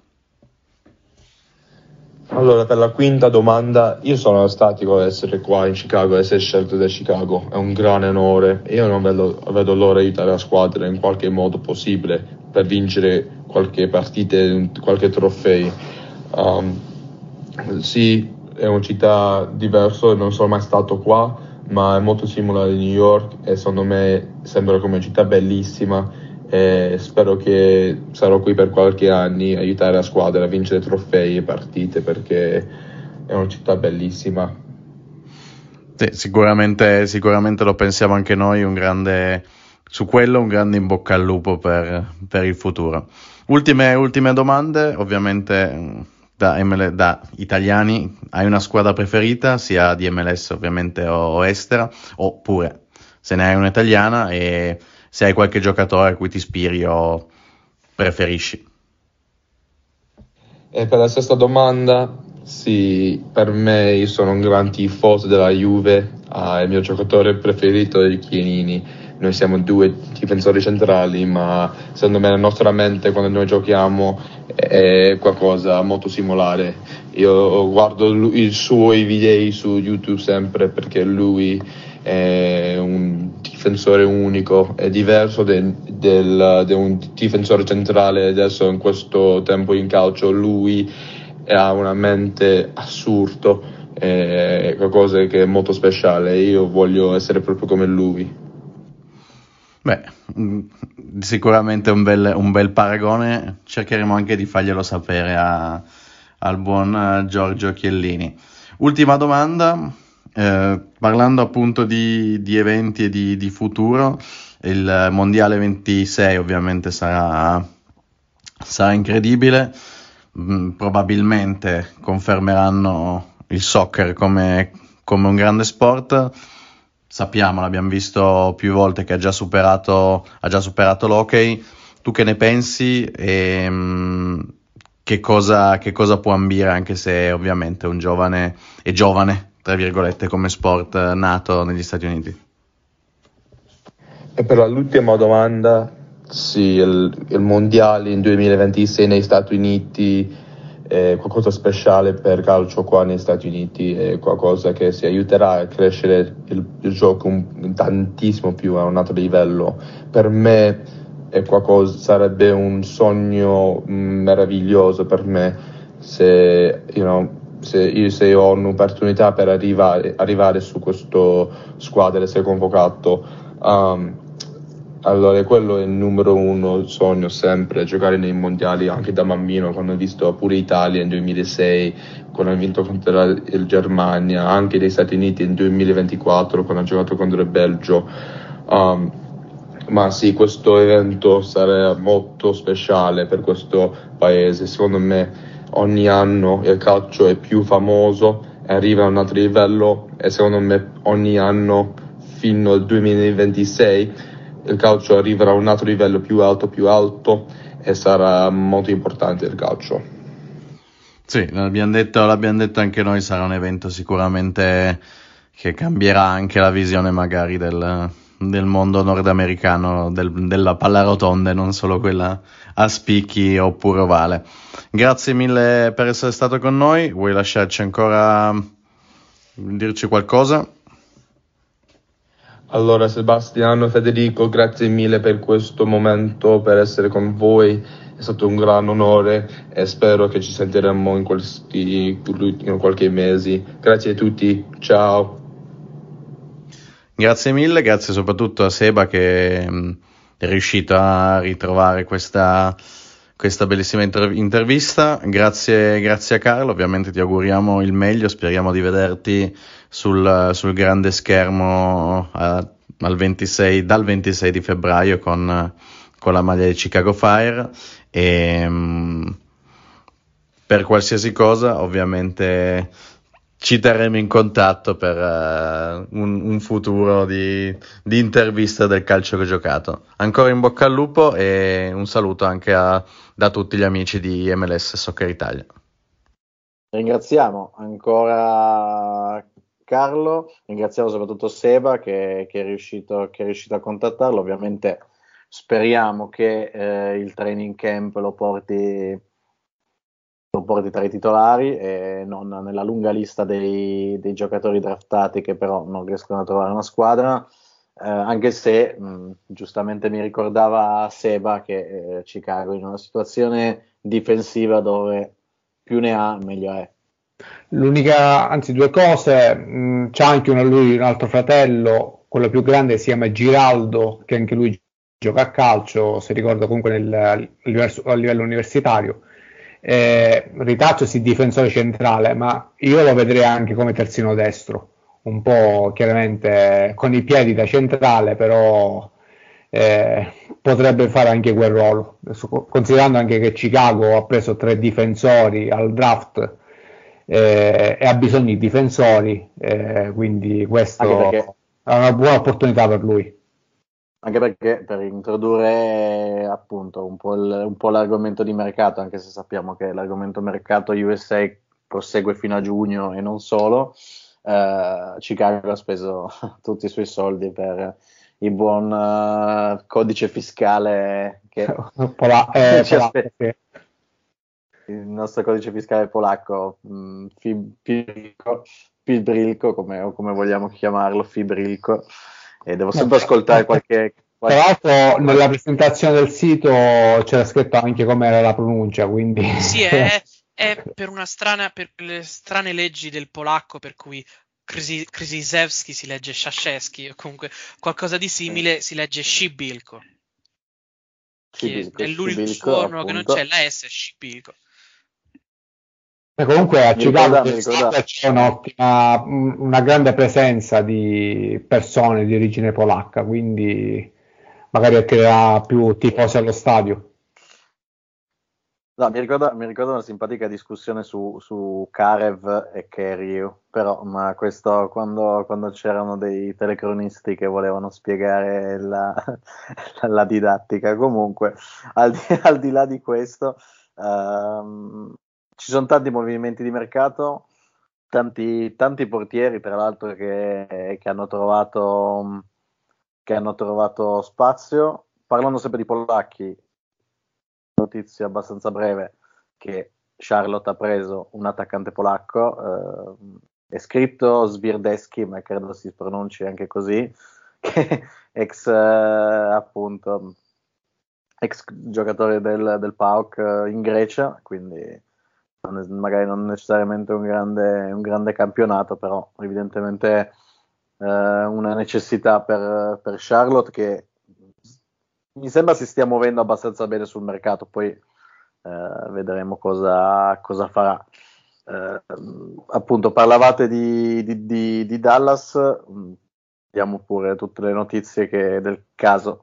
Allora, per la quinta domanda, io sono estatico di essere qua in Chicago, essere scelto da Chicago, è un gran onore. Io non vedo l'ora di aiutare la squadra in qualche modo possibile per vincere qualche partita, qualche trofeo. Sì, è una città diversa, non sono mai stato qua, ma è molto simile a New York e secondo me sembra come una città bellissima. E spero che sarò qui per qualche anno a aiutare la squadra a vincere trofei e partite perché è una città bellissima. Sì, sicuramente lo pensiamo anche noi, un grande in bocca al lupo per il futuro. Ultime domande, ovviamente da italiani. Hai una squadra preferita sia di MLS ovviamente o estera, oppure se ne hai una italiana, e se hai qualche giocatore a cui ti ispiri o preferisci? E per la stessa domanda, sì, per me io sono un gran tifoso della Juve, il mio giocatore preferito è Chiellini. Noi siamo 2 difensori centrali, ma secondo me nella nostra mente quando noi giochiamo è qualcosa molto similare. Io guardo i suoi video su YouTube sempre perché lui è un difensore unico, è diverso da un difensore centrale adesso in questo tempo in calcio. Lui ha una mente assurda, è qualcosa che è molto speciale. Io voglio essere proprio come lui. Beh, sicuramente un bel paragone, cercheremo anche di farglielo sapere al buon Giorgio Chiellini. Ultima domanda, parlando appunto di eventi e di futuro, il Mondiale 26 ovviamente sarà incredibile, probabilmente confermeranno il soccer come un grande sport. sappiamo, l'abbiamo visto più volte che ha già superato l'hockey. Tu che ne pensi e che cosa può ambire, anche se ovviamente è giovane, tra virgolette, come sport nato negli Stati Uniti? E per l'ultima domanda, sì, il mondiale in 2026 negli Stati Uniti è qualcosa speciale per calcio qua negli Stati Uniti, è qualcosa che si aiuterà a crescere il gioco tantissimo più a un altro livello. Per me è sarebbe un sogno meraviglioso per me se ho un'opportunità per arrivare su questo squadra e essere convocato. Allora, quello è il numero uno sogno sempre, giocare nei mondiali anche da bambino, quando ho visto pure Italia in 2006, quando ha vinto contro il Germania, anche degli Stati Uniti in 2024, quando ha giocato contro il Belgio. Ma sì, questo evento sarà molto speciale per questo paese. Secondo me ogni anno il calcio è più famoso, arriva a un altro livello, e secondo me ogni anno fino al 2026 il calcio arriverà a un altro livello più alto e sarà molto importante il calcio. Sì, l'abbiamo detto anche noi, sarà un evento sicuramente che cambierà anche la visione magari del mondo nordamericano della pallarotonda, e non solo quella a spicchi oppure ovale. Grazie mille per essere stato con noi. Vuoi lasciarci ancora, dirci qualcosa? Allora, Sebastiano, Federico, grazie mille per questo momento, per essere con voi. È stato un gran onore e spero che ci sentiremo in qualche mese. Grazie a tutti, ciao. Grazie mille, grazie soprattutto a Seba che è riuscito a ritrovare questa bellissima intervista. Grazie a Carlo, ovviamente ti auguriamo il meglio, speriamo di vederti sul grande schermo dal 26 di febbraio con la maglia di Chicago Fire, e per qualsiasi cosa ovviamente ci terremo in contatto per un futuro di intervista del calcio che ho giocato. Ancora in bocca al lupo e un saluto anche da tutti gli amici di MLS Soccer Italia. Ringraziamo ancora Carlo, ringraziamo soprattutto Seba che è riuscito a contattarlo. Ovviamente speriamo che il training camp lo porti tra i titolari e non nella lunga lista dei giocatori draftati che però non riescono a trovare una squadra, anche se giustamente mi ricordava Seba che Chicago è in una situazione difensiva dove più ne ha meglio è. Anzi, due cose, c'ha anche un altro fratello, quello più grande si chiama Giraldo, che anche lui gioca a calcio, si ricorda comunque a livello universitario. Ritaccio sì, difensore centrale, ma io lo vedrei anche come terzino destro, un po' chiaramente con i piedi da centrale, però potrebbe fare anche quel ruolo, considerando anche che Chicago ha preso 3 difensori al draft e ha bisogno di difensori, quindi questo è una buona opportunità per lui. Anche perché per introdurre appunto un po' l'argomento di mercato, anche se sappiamo che l'argomento mercato USA prosegue fino a giugno e non solo, Chicago ha speso tutti i suoi soldi per il buon codice fiscale che ci aspetta. Il nostro codice fiscale polacco, Fibrilko, come vogliamo chiamarlo, Fibrilko. E devo sempre ascoltare qualche... Tra l'altro nella presentazione del sito c'era scritto anche com'era la pronuncia, quindi... Sì, è per le strane leggi del polacco, per cui Krzyzewski si legge Szaszewski, o comunque qualcosa di simile si legge Szybilko. Che è l'unico suono che non c'è, la S è Szybilko. Comunque a Chicago c'è una grande presenza di persone di origine polacca, quindi magari attirerà più tifosi allo stadio. No, mi ricordo una simpatica discussione su Karev e Kerry, però ma questo quando c'erano dei telecronisti che volevano spiegare la didattica. Comunque, al di là di questo, ci sono tanti movimenti di mercato, tanti portieri, tra l'altro, che hanno trovato spazio. Parlando sempre di polacchi, notizia abbastanza breve, che Charlotte ha preso un attaccante polacco, è scritto Swierdowski, ma credo si pronunci anche così, che ex giocatore del PAOK in Grecia, quindi magari non necessariamente un grande campionato, però evidentemente una necessità per Charlotte, che mi sembra si stia muovendo abbastanza bene sul mercato. Poi vedremo cosa farà. Appunto, parlavate di Dallas, diamo pure tutte le notizie del caso.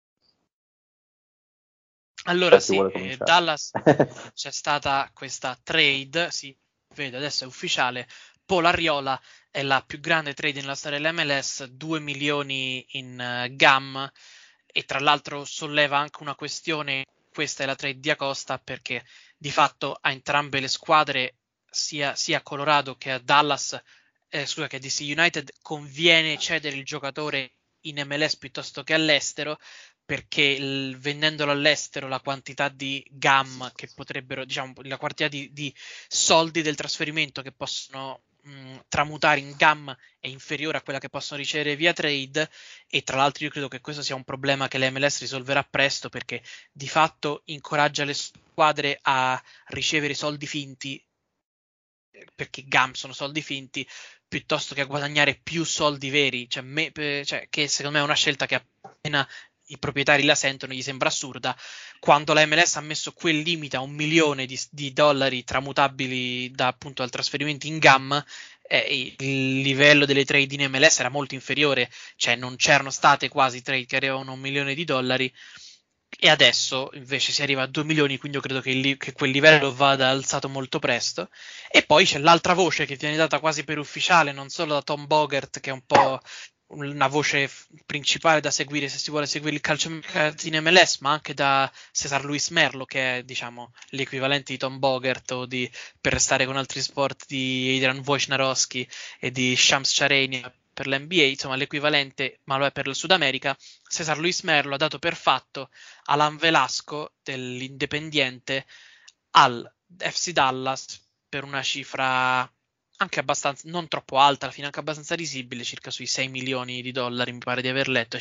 Allora sì, Dallas c'è stata questa trade, sì, vedo adesso è ufficiale, Paul Arriola è la più grande trade nella storia dell'MLS, 2 milioni in GAM, e tra l'altro solleva anche una questione, questa è la trade di Acosta, perché di fatto a entrambe le squadre, sia a Colorado che a Dallas, che a DC United, conviene cedere il giocatore in MLS piuttosto che all'estero, perché vendendolo all'estero la quantità di GAM che potrebbero, diciamo, la quantità di soldi del trasferimento che possono tramutare in GAM è inferiore a quella che possono ricevere via trade, e tra l'altro io credo che questo sia un problema che l'MLS risolverà presto, perché di fatto incoraggia le squadre a ricevere soldi finti, perché GAM sono soldi finti, piuttosto che a guadagnare più soldi veri, che secondo me è una scelta che appena i proprietari la sentono gli sembra assurda. Quando la MLS ha messo quel limite a $1 milione di dollari tramutabili appunto al trasferimento in GAM, il livello delle trade in MLS era molto inferiore, cioè non c'erano state quasi trade che arrivavano a $1 milione, e adesso invece si arriva a 2 milioni, quindi io credo che quel livello vada alzato molto presto. E poi c'è l'altra voce che viene data quasi per ufficiale, non solo da Tom Bogert, che è un po' una voce principale da seguire se si vuole seguire il calcio in MLS, ma anche da Cesar Luis Merlo, che è, diciamo, l'equivalente di Tom Bogert, o per restare con altri sport, di Adrian Wojnarowski e di Shams Charania per l'NBA, insomma l'equivalente, ma lo è per il Sud America. Cesar Luis Merlo ha dato per fatto Alan Velasco dell'Independiente al FC Dallas per una cifra anche abbastanza, non troppo alta, alla fine anche abbastanza risibile, circa sui $6 milioni, mi pare di aver letto,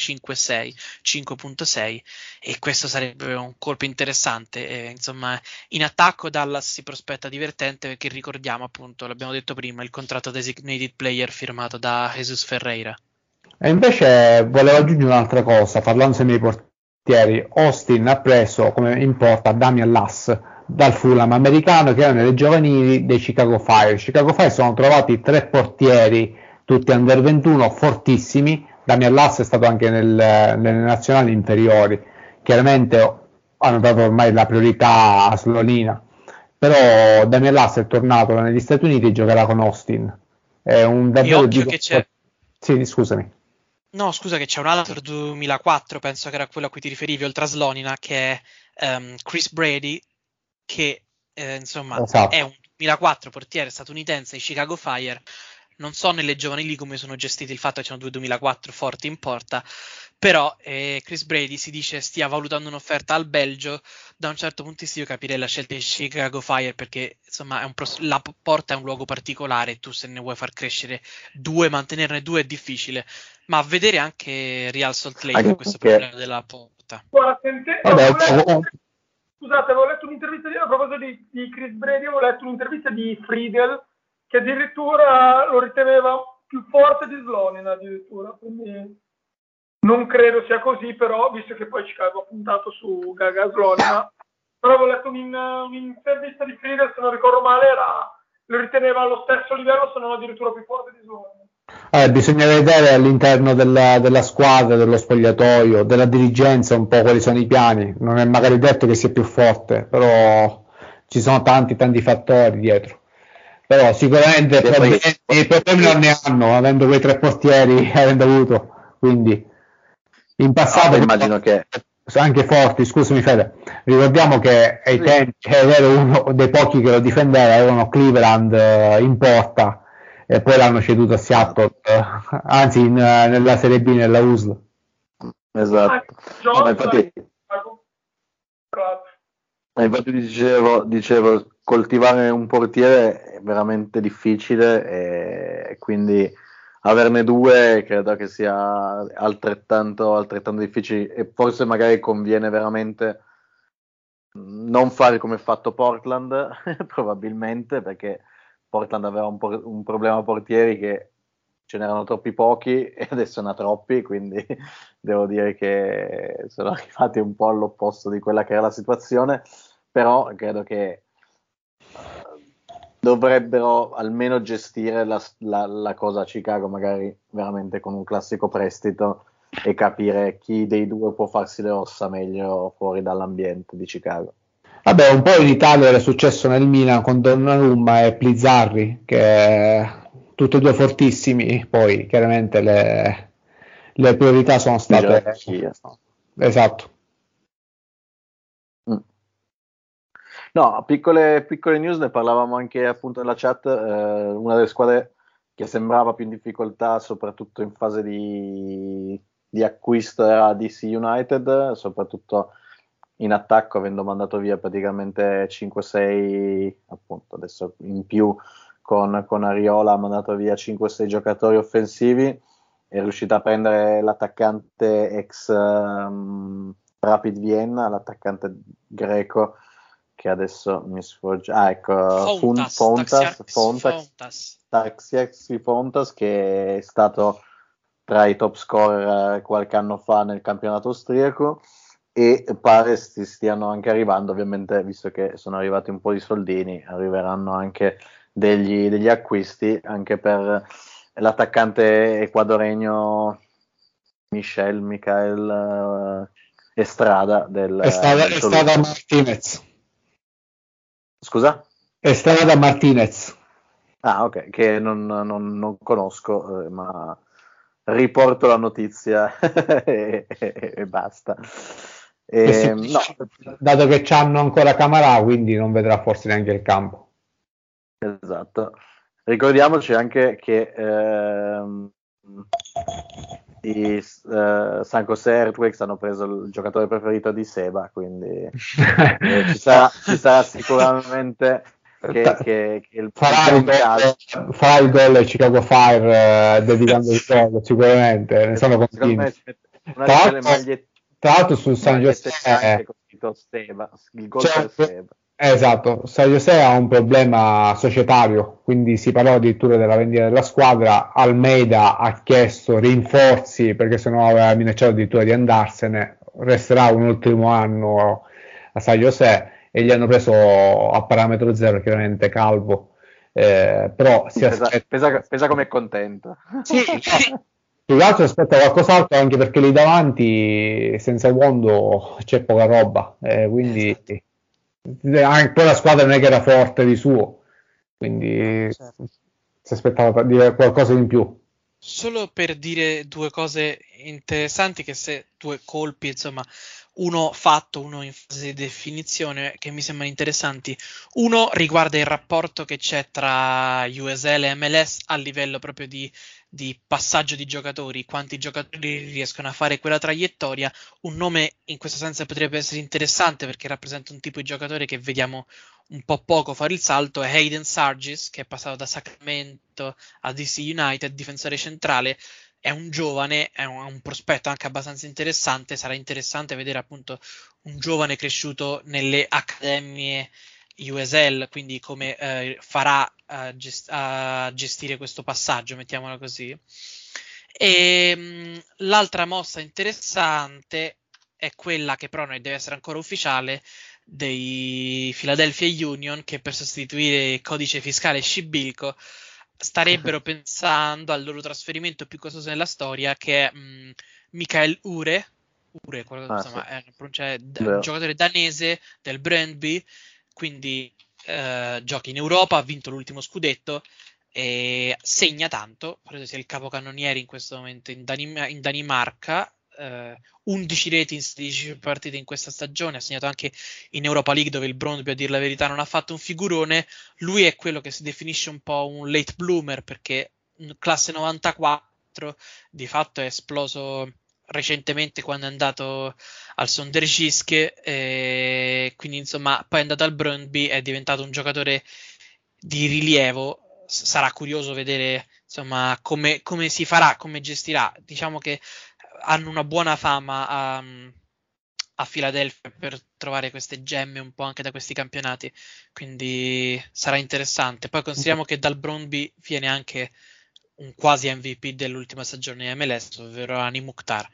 5.6, e questo sarebbe un colpo interessante. Insomma, in attacco Dallas si prospetta divertente, perché ricordiamo, appunto, l'abbiamo detto prima, il contratto designated player firmato da Jesus Ferreira. E invece volevo aggiungere un'altra cosa, parlando sempre dei portieri. Austin ha preso come importa Damian Lass dal Fulham americano, che erano nelle giovanili dei Chicago Fire. Chicago Fire sono trovati 3 portieri, tutti under 21, fortissimi. Damian Lass è stato anche nelle nazionali inferiori. Chiaramente hanno dato ormai la priorità a Slonina, però Damian Lass è tornato negli Stati Uniti e giocherà con Austin. È un davvero che c'è. Sì, scusami. No, scusa, che c'è un altro 2004, penso che era quello a cui ti riferivi, oltre a Slonina, che è Chris Brady, che insomma esatto, è un 2004 portiere statunitense ai Chicago Fire. Non so nelle giovanili come sono gestiti il fatto che c'erano 2 2004 forti in porta, però Chris Brady si dice stia valutando un'offerta al Belgio. Da un certo punto di vista io capirei la scelta di Chicago Fire, perché insomma la porta è un luogo particolare, tu se ne vuoi far crescere 2, mantenerne 2 è difficile, ma a vedere anche Real Salt Lake questo problema della porta. Guarda, scusate, avevo letto un'intervista a proposito di Chris Brady, avevo letto un'intervista di Friedel, che addirittura lo riteneva più forte di Slonina, addirittura, quindi non credo sia così, però, visto che poi Chicago ha puntato su Gaga Slonina, però avevo letto un'intervista di Friedel, se non ricordo male, lo riteneva allo stesso livello, se non addirittura più forte di Slonina. Bisogna vedere all'interno della squadra, dello spogliatoio, della dirigenza un po' quali sono i piani. Non è magari detto che sia più forte, però ci sono tanti fattori dietro, però sicuramente i problemi non ne hanno, avendo quei 3 portieri avendo avuto, quindi in passato immagino che anche forti. Scusami Fede, ricordiamo che ai tempi era uno dei pochi che lo difendeva, avevano Cleveland in porta e poi l'hanno ceduto a Seattle, anzi nella Serie B, nella USL. Esatto. Infatti dicevo, coltivare un portiere è veramente difficile e quindi averne 2 credo che sia altrettanto difficile, e forse magari conviene veramente non fare come ha fatto Portland probabilmente, perché Portland aveva un problema portieri che ce n'erano troppi pochi e adesso ne ha troppi, quindi devo dire che sono arrivati un po' all'opposto di quella che era la situazione, però credo che dovrebbero almeno gestire la cosa a Chicago, magari veramente con un classico prestito, e capire chi dei 2 può farsi le ossa meglio fuori dall'ambiente di Chicago. Vabbè, un po' in Italia era successo nel Milan con Donnarumma e Plizzarri, che tutti e 2 fortissimi, poi chiaramente le priorità sono state... Esatto. No, piccole news, ne parlavamo anche appunto nella chat, una delle squadre che sembrava più in difficoltà soprattutto in fase di acquisto era DC United, soprattutto in attacco, avendo mandato via praticamente 5-6, appunto adesso in più con Ariola ha mandato via 5-6 giocatori offensivi, è riuscita a prendere l'attaccante ex Rapid Vienna, l'attaccante greco, che adesso mi sfugge, Fontas, che è stato tra i top scorer qualche anno fa nel campionato austriaco, e pare stiano anche arrivando, ovviamente visto che sono arrivati un po' di soldini, arriveranno anche degli acquisti anche per l'attaccante ecuadoregno Michael Estrada Estrada Martinez. Scusa? Estrada Martinez. Ah, ok, che non conosco, ma riporto la notizia e basta. No. Dato che c'hanno ancora Camarà, quindi non vedrà forse neanche il campo. Esatto. Ricordiamoci anche che i San Jose Earthquakes hanno preso il giocatore preferito di Seba, quindi ci sarà sicuramente che farà il gol al Chicago Fire, dedicando il gol sicuramente, ne sono convinto. Tra l'altro sul San Jose il gol per Seba. Esatto, San Jose ha un problema societario, quindi si parlò addirittura della vendita della squadra. Almeida ha chiesto rinforzi perché sennò aveva minacciato addirittura di andarsene, resterà un ultimo anno a San Jose e gli hanno preso a parametro zero, chiaramente Calvo, però pesa come è contento. Sì. Più che altro aspetta qualcos'altro, anche perché lì davanti senza Wondo c'è poca roba, quindi anche poi la squadra non è che era forte di suo, quindi si aspettava qualcosa in più. Solo per dire 2 cose interessanti, che se 2 colpi, insomma, uno fatto, uno in fase di definizione, che mi sembrano interessanti. Uno riguarda il rapporto che c'è tra USL e MLS a livello proprio di passaggio di giocatori, quanti giocatori riescono a fare quella traiettoria. Un nome in questo senso potrebbe essere interessante perché rappresenta un tipo di giocatore che vediamo un po' poco fare il salto, è Hayden Sargis, che è passato da Sacramento a DC United, difensore centrale. È un giovane, è un prospetto anche abbastanza interessante. Sarà interessante vedere appunto un giovane cresciuto nelle accademie USL, quindi come farà a gestire questo passaggio, mettiamola così. E l'altra mossa interessante è quella che però non deve essere ancora ufficiale, dei Philadelphia Union, che per sostituire il codice fiscale Scibilco starebbero pensando al loro trasferimento più costoso nella storia, che è Mikael Ure, è un giocatore danese del Brøndby, quindi gioca in Europa, ha vinto l'ultimo scudetto e segna tanto, credo sia il capocannoniere in questo momento in Danimarca, 11 reti in 16 partite in questa stagione, ha segnato anche in Europa League dove il Brøndby, a dire la verità, non ha fatto un figurone. Lui è quello che si definisce un po' un late bloomer, perché in classe 94 di fatto è esploso recentemente quando è andato al Sonderjyske, quindi insomma poi è andato al Brøndby, è diventato un giocatore di rilievo. Sarà curioso vedere insomma come si farà, come gestirà. Diciamo che hanno una buona fama a Philadelphia per trovare queste gemme un po' anche da questi campionati, quindi sarà interessante. Poi consideriamo che dal Brøndby viene anche un quasi MVP dell'ultima stagione di MLS, ovvero Hani Mukhtar.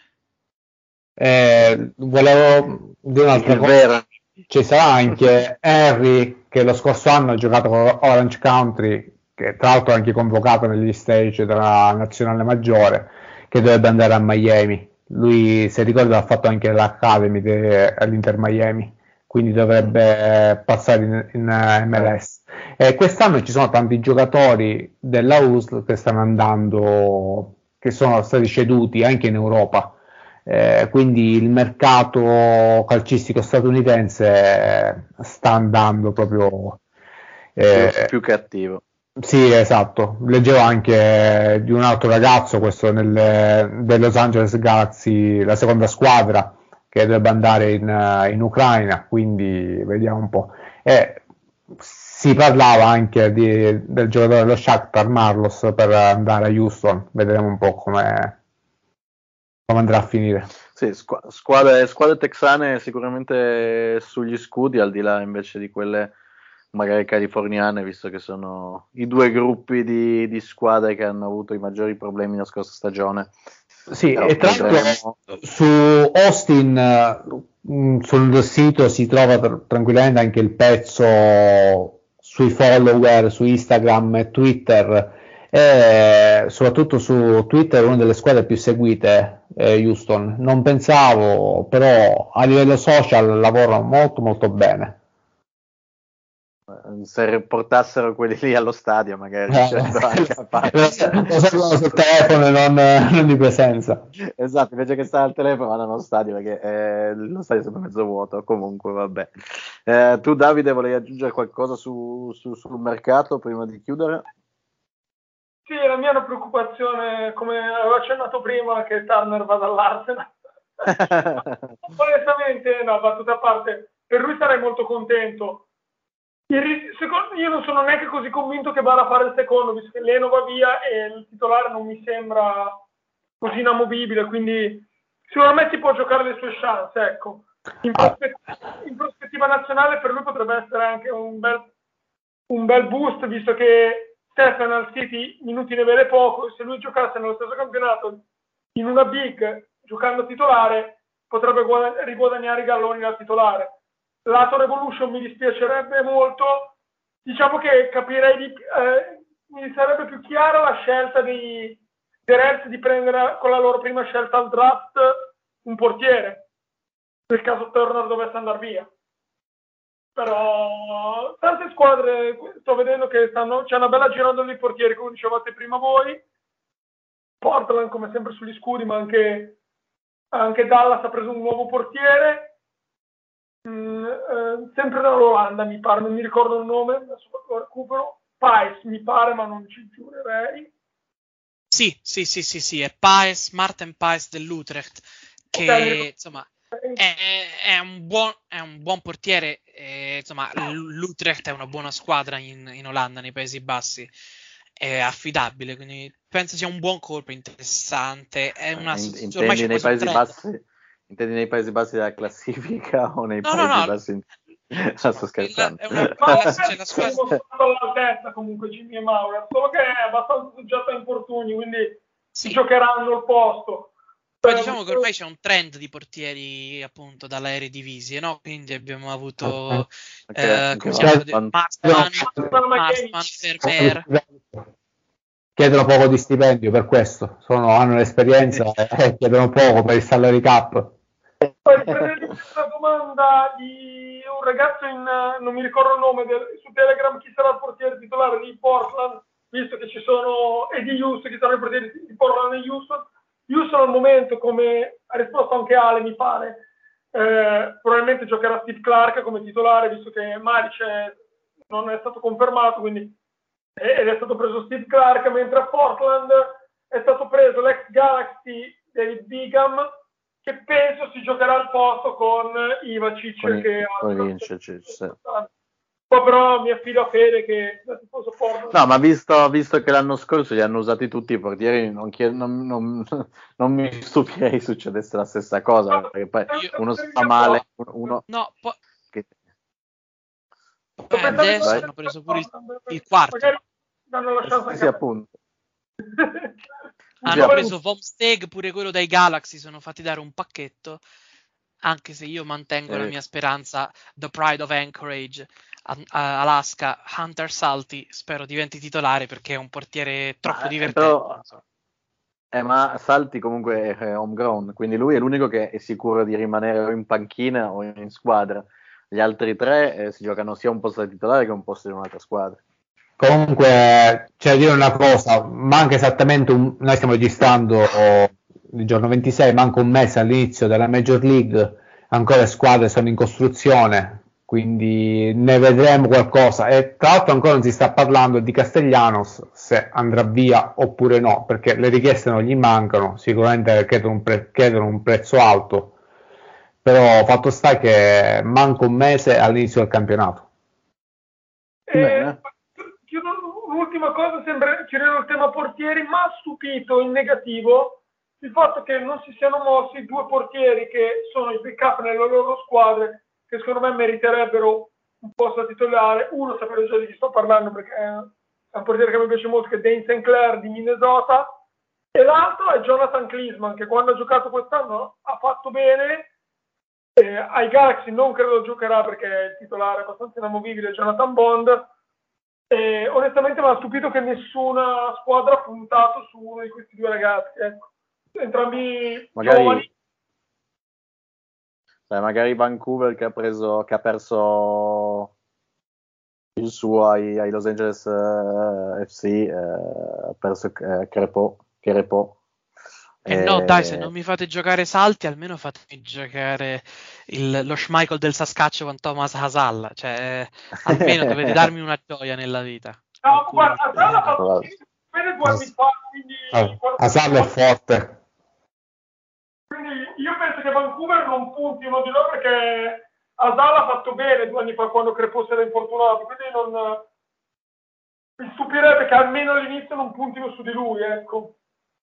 Volevo dire un'altra cosa. Ci sarà anche Henry, che lo scorso anno ha giocato con Orange Country, che tra l'altro è anche convocato negli stage della nazionale maggiore, che dovrebbe andare a Miami. Lui, se ricorda, ha fatto anche l'Academy all'Inter Miami, quindi dovrebbe passare in MLS. E quest'anno ci sono tanti giocatori della USL che stanno andando, che sono stati ceduti anche in Europa. Quindi il mercato calcistico statunitense sta andando proprio più che attivo. Sì, esatto. Leggevo anche di un altro ragazzo, questo del Los Angeles Galaxy, la seconda squadra, che dovrebbe andare in Ucraina, quindi vediamo un po'. Si parlava anche del giocatore dello Shakhtar Marlos per andare a Houston, vedremo un po' come andrà a finire. Sì, squadre texane sicuramente sugli scudi, al di là invece di quelle magari californiane, visto che sono i due gruppi di squadre che hanno avuto i maggiori problemi la scorsa stagione. Sì, e tra l'altro su Austin, sul sito si trova tranquillamente anche il pezzo sui follower su Instagram e Twitter, e soprattutto su Twitter una delle squadre più seguite è Houston. Non pensavo, però a livello social lavorano molto molto bene. Se portassero quelli lì allo stadio magari anche a fare. Lo seguono sul telefono e non di presenza. Esatto, invece che stare al telefono vanno allo stadio, perché lo stadio è sempre mezzo vuoto. Comunque vabbè. Tu Davide volevi aggiungere qualcosa sul mercato prima di chiudere? Sì, la mia è una preoccupazione, come avevo accennato prima, che Turner vada all'Arsenal. Onestamente, no, battuta a parte, per lui sarei molto contento. Io non sono neanche così convinto che vada a fare il secondo, visto che Leno va via e il titolare non mi sembra così inamovibile, quindi secondo me si può giocare le sue chance, ecco. In prospettiva nazionale per lui potrebbe essere anche un bel boost, visto che Stefan al City minuti ne vede poco. Se lui giocasse nello stesso campionato in una big giocando titolare potrebbe riguadagnare i galloni da titolare. Lato Revolution mi dispiacerebbe molto, diciamo che capirei mi sarebbe più chiara la scelta dei Reds di prendere con la loro prima scelta al draft un portiere, nel caso Turner dovesse andare via. Però tante squadre sto vedendo che c'è una bella girandola di portieri, come dicevate prima voi. Portland come sempre sugli scudi, ma anche Dallas ha preso un nuovo portiere. Sempre dall'Olanda mi pare, non mi ricordo il nome, adesso lo recupero. Paes mi pare, ma non ci giurerei. Sì, è Paes, Martin Paes dell'Utrecht, che insomma è un buon portiere, insomma l'Utrecht è una buona squadra in Olanda, nei Paesi Bassi, è affidabile, quindi penso sia un buon colpo, interessante. È una, intendi nei Paesi Bassi? Intendi nei Paesi Bassi della classifica o nei Paesi Bassi? Sto scherzando. È una squadra all'altezza comunque Jimmy e Maurer, solo che è abbastanza soggetto a infortuni, quindi si giocheranno il posto. Poi diciamo che ormai c'è un trend di portieri appunto dalla Eredivisie, no? Quindi abbiamo avuto Marsman, Ferber. Chiedono poco di stipendio per questo, hanno l'esperienza e chiedono poco per il salary cap. Poi prendete una domanda di un ragazzo non mi ricordo il nome, su Telegram chi sarà il portiere titolare di Portland, visto che ci sono Eddie Houston, chi sarà il portiere di Portland e Houston. Houston al momento, come ha risposto anche Ale, mi pare, probabilmente giocherà Steve Clark come titolare, visto che Maric non è stato confermato, quindi ed è stato preso Steve Clark, mentre a Portland è stato preso l'ex Galaxy David Bingham, che penso si giocherà al posto con Ivacic, che poi però mi affido a Fede che da tifoso Portland. No, ma visto che l'anno scorso li hanno usati tutti i portieri, non mi stupirei succedesse la stessa cosa, perché poi uno sta male, uno... No, adesso hanno preso pure il quarto. Magari danno la chance sì, appunto. Hanno preso Vom Steg, pure quello dai Galaxy, sono fatti dare un pacchetto, anche se io mantengo la mia speranza, The Pride of Anchorage, Alaska, Hunter Salty, spero diventi titolare perché è un portiere troppo divertente. Ma Salty comunque è homegrown, quindi lui è l'unico che è sicuro di rimanere o in panchina o in squadra. Gli altri tre si giocano sia un posto da titolare che un posto di un'altra squadra. Comunque c'è da dire una cosa, manca esattamente noi stiamo registrando il giorno 26, manca un mese all'inizio della Major League, ancora le squadre sono in costruzione, quindi ne vedremo qualcosa, e tra l'altro ancora non si sta parlando di Castellanos, se andrà via oppure no, perché le richieste non gli mancano, sicuramente chiedono un prezzo alto, però fatto sta che manca un mese all'inizio del campionato. Chiudo l'ultima cosa, sempre chiudendo il tema portieri, ma ha stupito in negativo il fatto che non si siano mossi due portieri che sono i backup nelle loro squadre, che secondo me meriterebbero un posto da titolare. Uno, sapete già di chi sto parlando perché è un portiere che mi piace molto, che è Dane St. Clair di Minnesota, e l'altro è Jonathan Klinsmann, che quando ha giocato quest'anno ha fatto bene. Ai Galaxy non credo giocherà perché il titolare è abbastanza inamovibile, Jonathan Bond. Onestamente mi ha stupito che nessuna squadra ha puntato su uno di questi due ragazzi, ecco. Entrambi giovani. Magari Vancouver che ha perso il suo ai Los Angeles FC, ha perso Crepeau. No, dai, se non mi fate giocare Salty, almeno fatemi giocare lo Schmeichel del Saskatchewan Thomas Hasal, cioè almeno dovete darmi una gioia nella vita. No, guarda, Hasal ha fatto bene 2 anni fa, quindi... Hasal è forte. Quindi io penso che Vancouver non punti uno di loro, perché Hasal ha fatto bene 2 anni fa quando Crepeau si era infortunato, quindi non... mi stupirebbe che almeno all'inizio non puntino su di lui, ecco.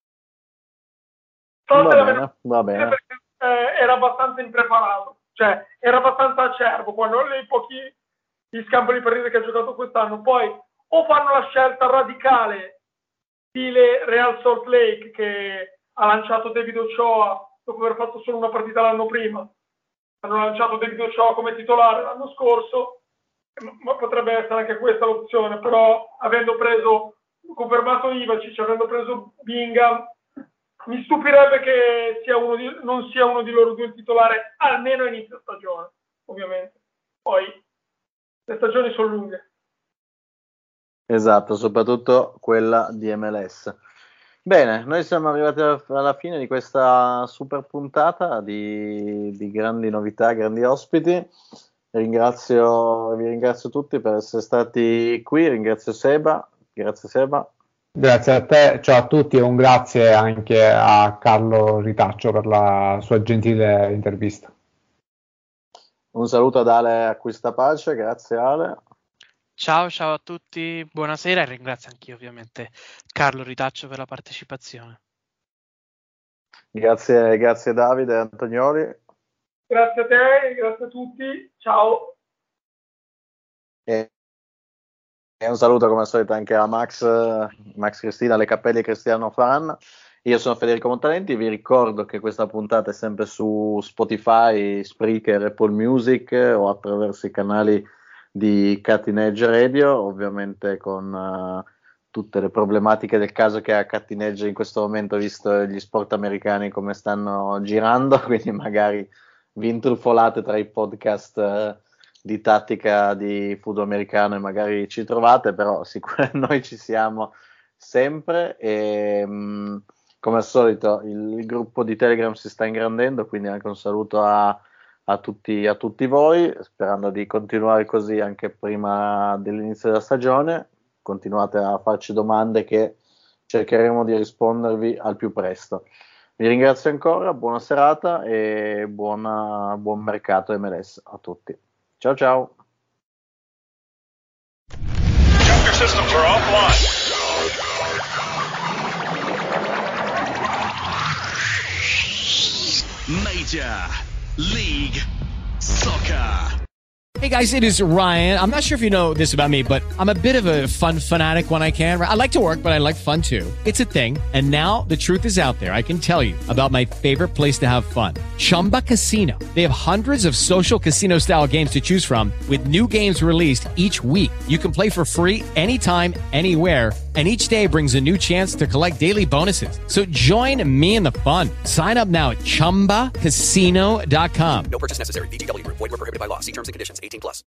Va bene. Perché era abbastanza impreparato, cioè era abbastanza acerbo quando nei pochi gli scampi di partite che ha giocato quest'anno. Poi o fanno la scelta radicale stile Real Salt Lake, che ha lanciato David Ochoa dopo aver fatto solo una partita l'anno prima, hanno lanciato David Ochoa come titolare l'anno scorso, ma potrebbe essere anche questa l'opzione. Però avendo confermato Ivacic, avendo preso Bingham, mi stupirebbe che non sia uno di loro due il titolare, almeno a inizio stagione, ovviamente. Poi le stagioni sono lunghe. Esatto, soprattutto quella di MLS. Bene, noi siamo arrivati alla fine di questa super puntata di grandi novità, grandi ospiti. Vi ringrazio tutti per essere stati qui, ringrazio Seba. Grazie Seba. Grazie a te, ciao a tutti, e un grazie anche a Carlo Ritaccio per la sua gentile intervista. Un saluto ad Ale Acquistapace, grazie Ale. Ciao a tutti, buonasera, e ringrazio anch'io ovviamente Carlo Ritaccio per la partecipazione. Grazie Davide Antonioli. Grazie a te, grazie a tutti, ciao. E un saluto come al solito anche a Max Cristina, Le Cappelli e Cristiano Fan. Io sono Federico Montalenti, vi ricordo che questa puntata è sempre su Spotify, Spreaker, Apple Music o attraverso i canali di Cutting Edge Radio, ovviamente con tutte le problematiche del caso che ha Cutting Edge in questo momento, visto gli sport americani come stanno girando, quindi magari vi intrufolate tra i podcast di tattica di football americano e magari ci trovate, però sicuramente noi ci siamo sempre e come al solito il gruppo di Telegram si sta ingrandendo, quindi anche un saluto a tutti voi, sperando di continuare così anche prima dell'inizio della stagione. Continuate a farci domande che cercheremo di rispondervi al più presto. Vi ringrazio ancora, buona serata e buon mercato MLS a tutti. Ciao ciao. Computer systems are offline. Major League Soccer. Hey guys, it is Ryan. I'm not sure if you know this about me, but I'm a bit of a fun fanatic when I can. I like to work, but I like fun too. It's a thing. And now the truth is out there. I can tell you about my favorite place to have fun. Chumba Casino. They have hundreds of social casino style games to choose from with new games released each week. You can play for free anytime, anywhere. And each day brings a new chance to collect daily bonuses. So join me in the fun. Sign up now at ChumbaCasino.com. No purchase necessary. VGW Group. Void where prohibited by law. See terms and conditions. 18+.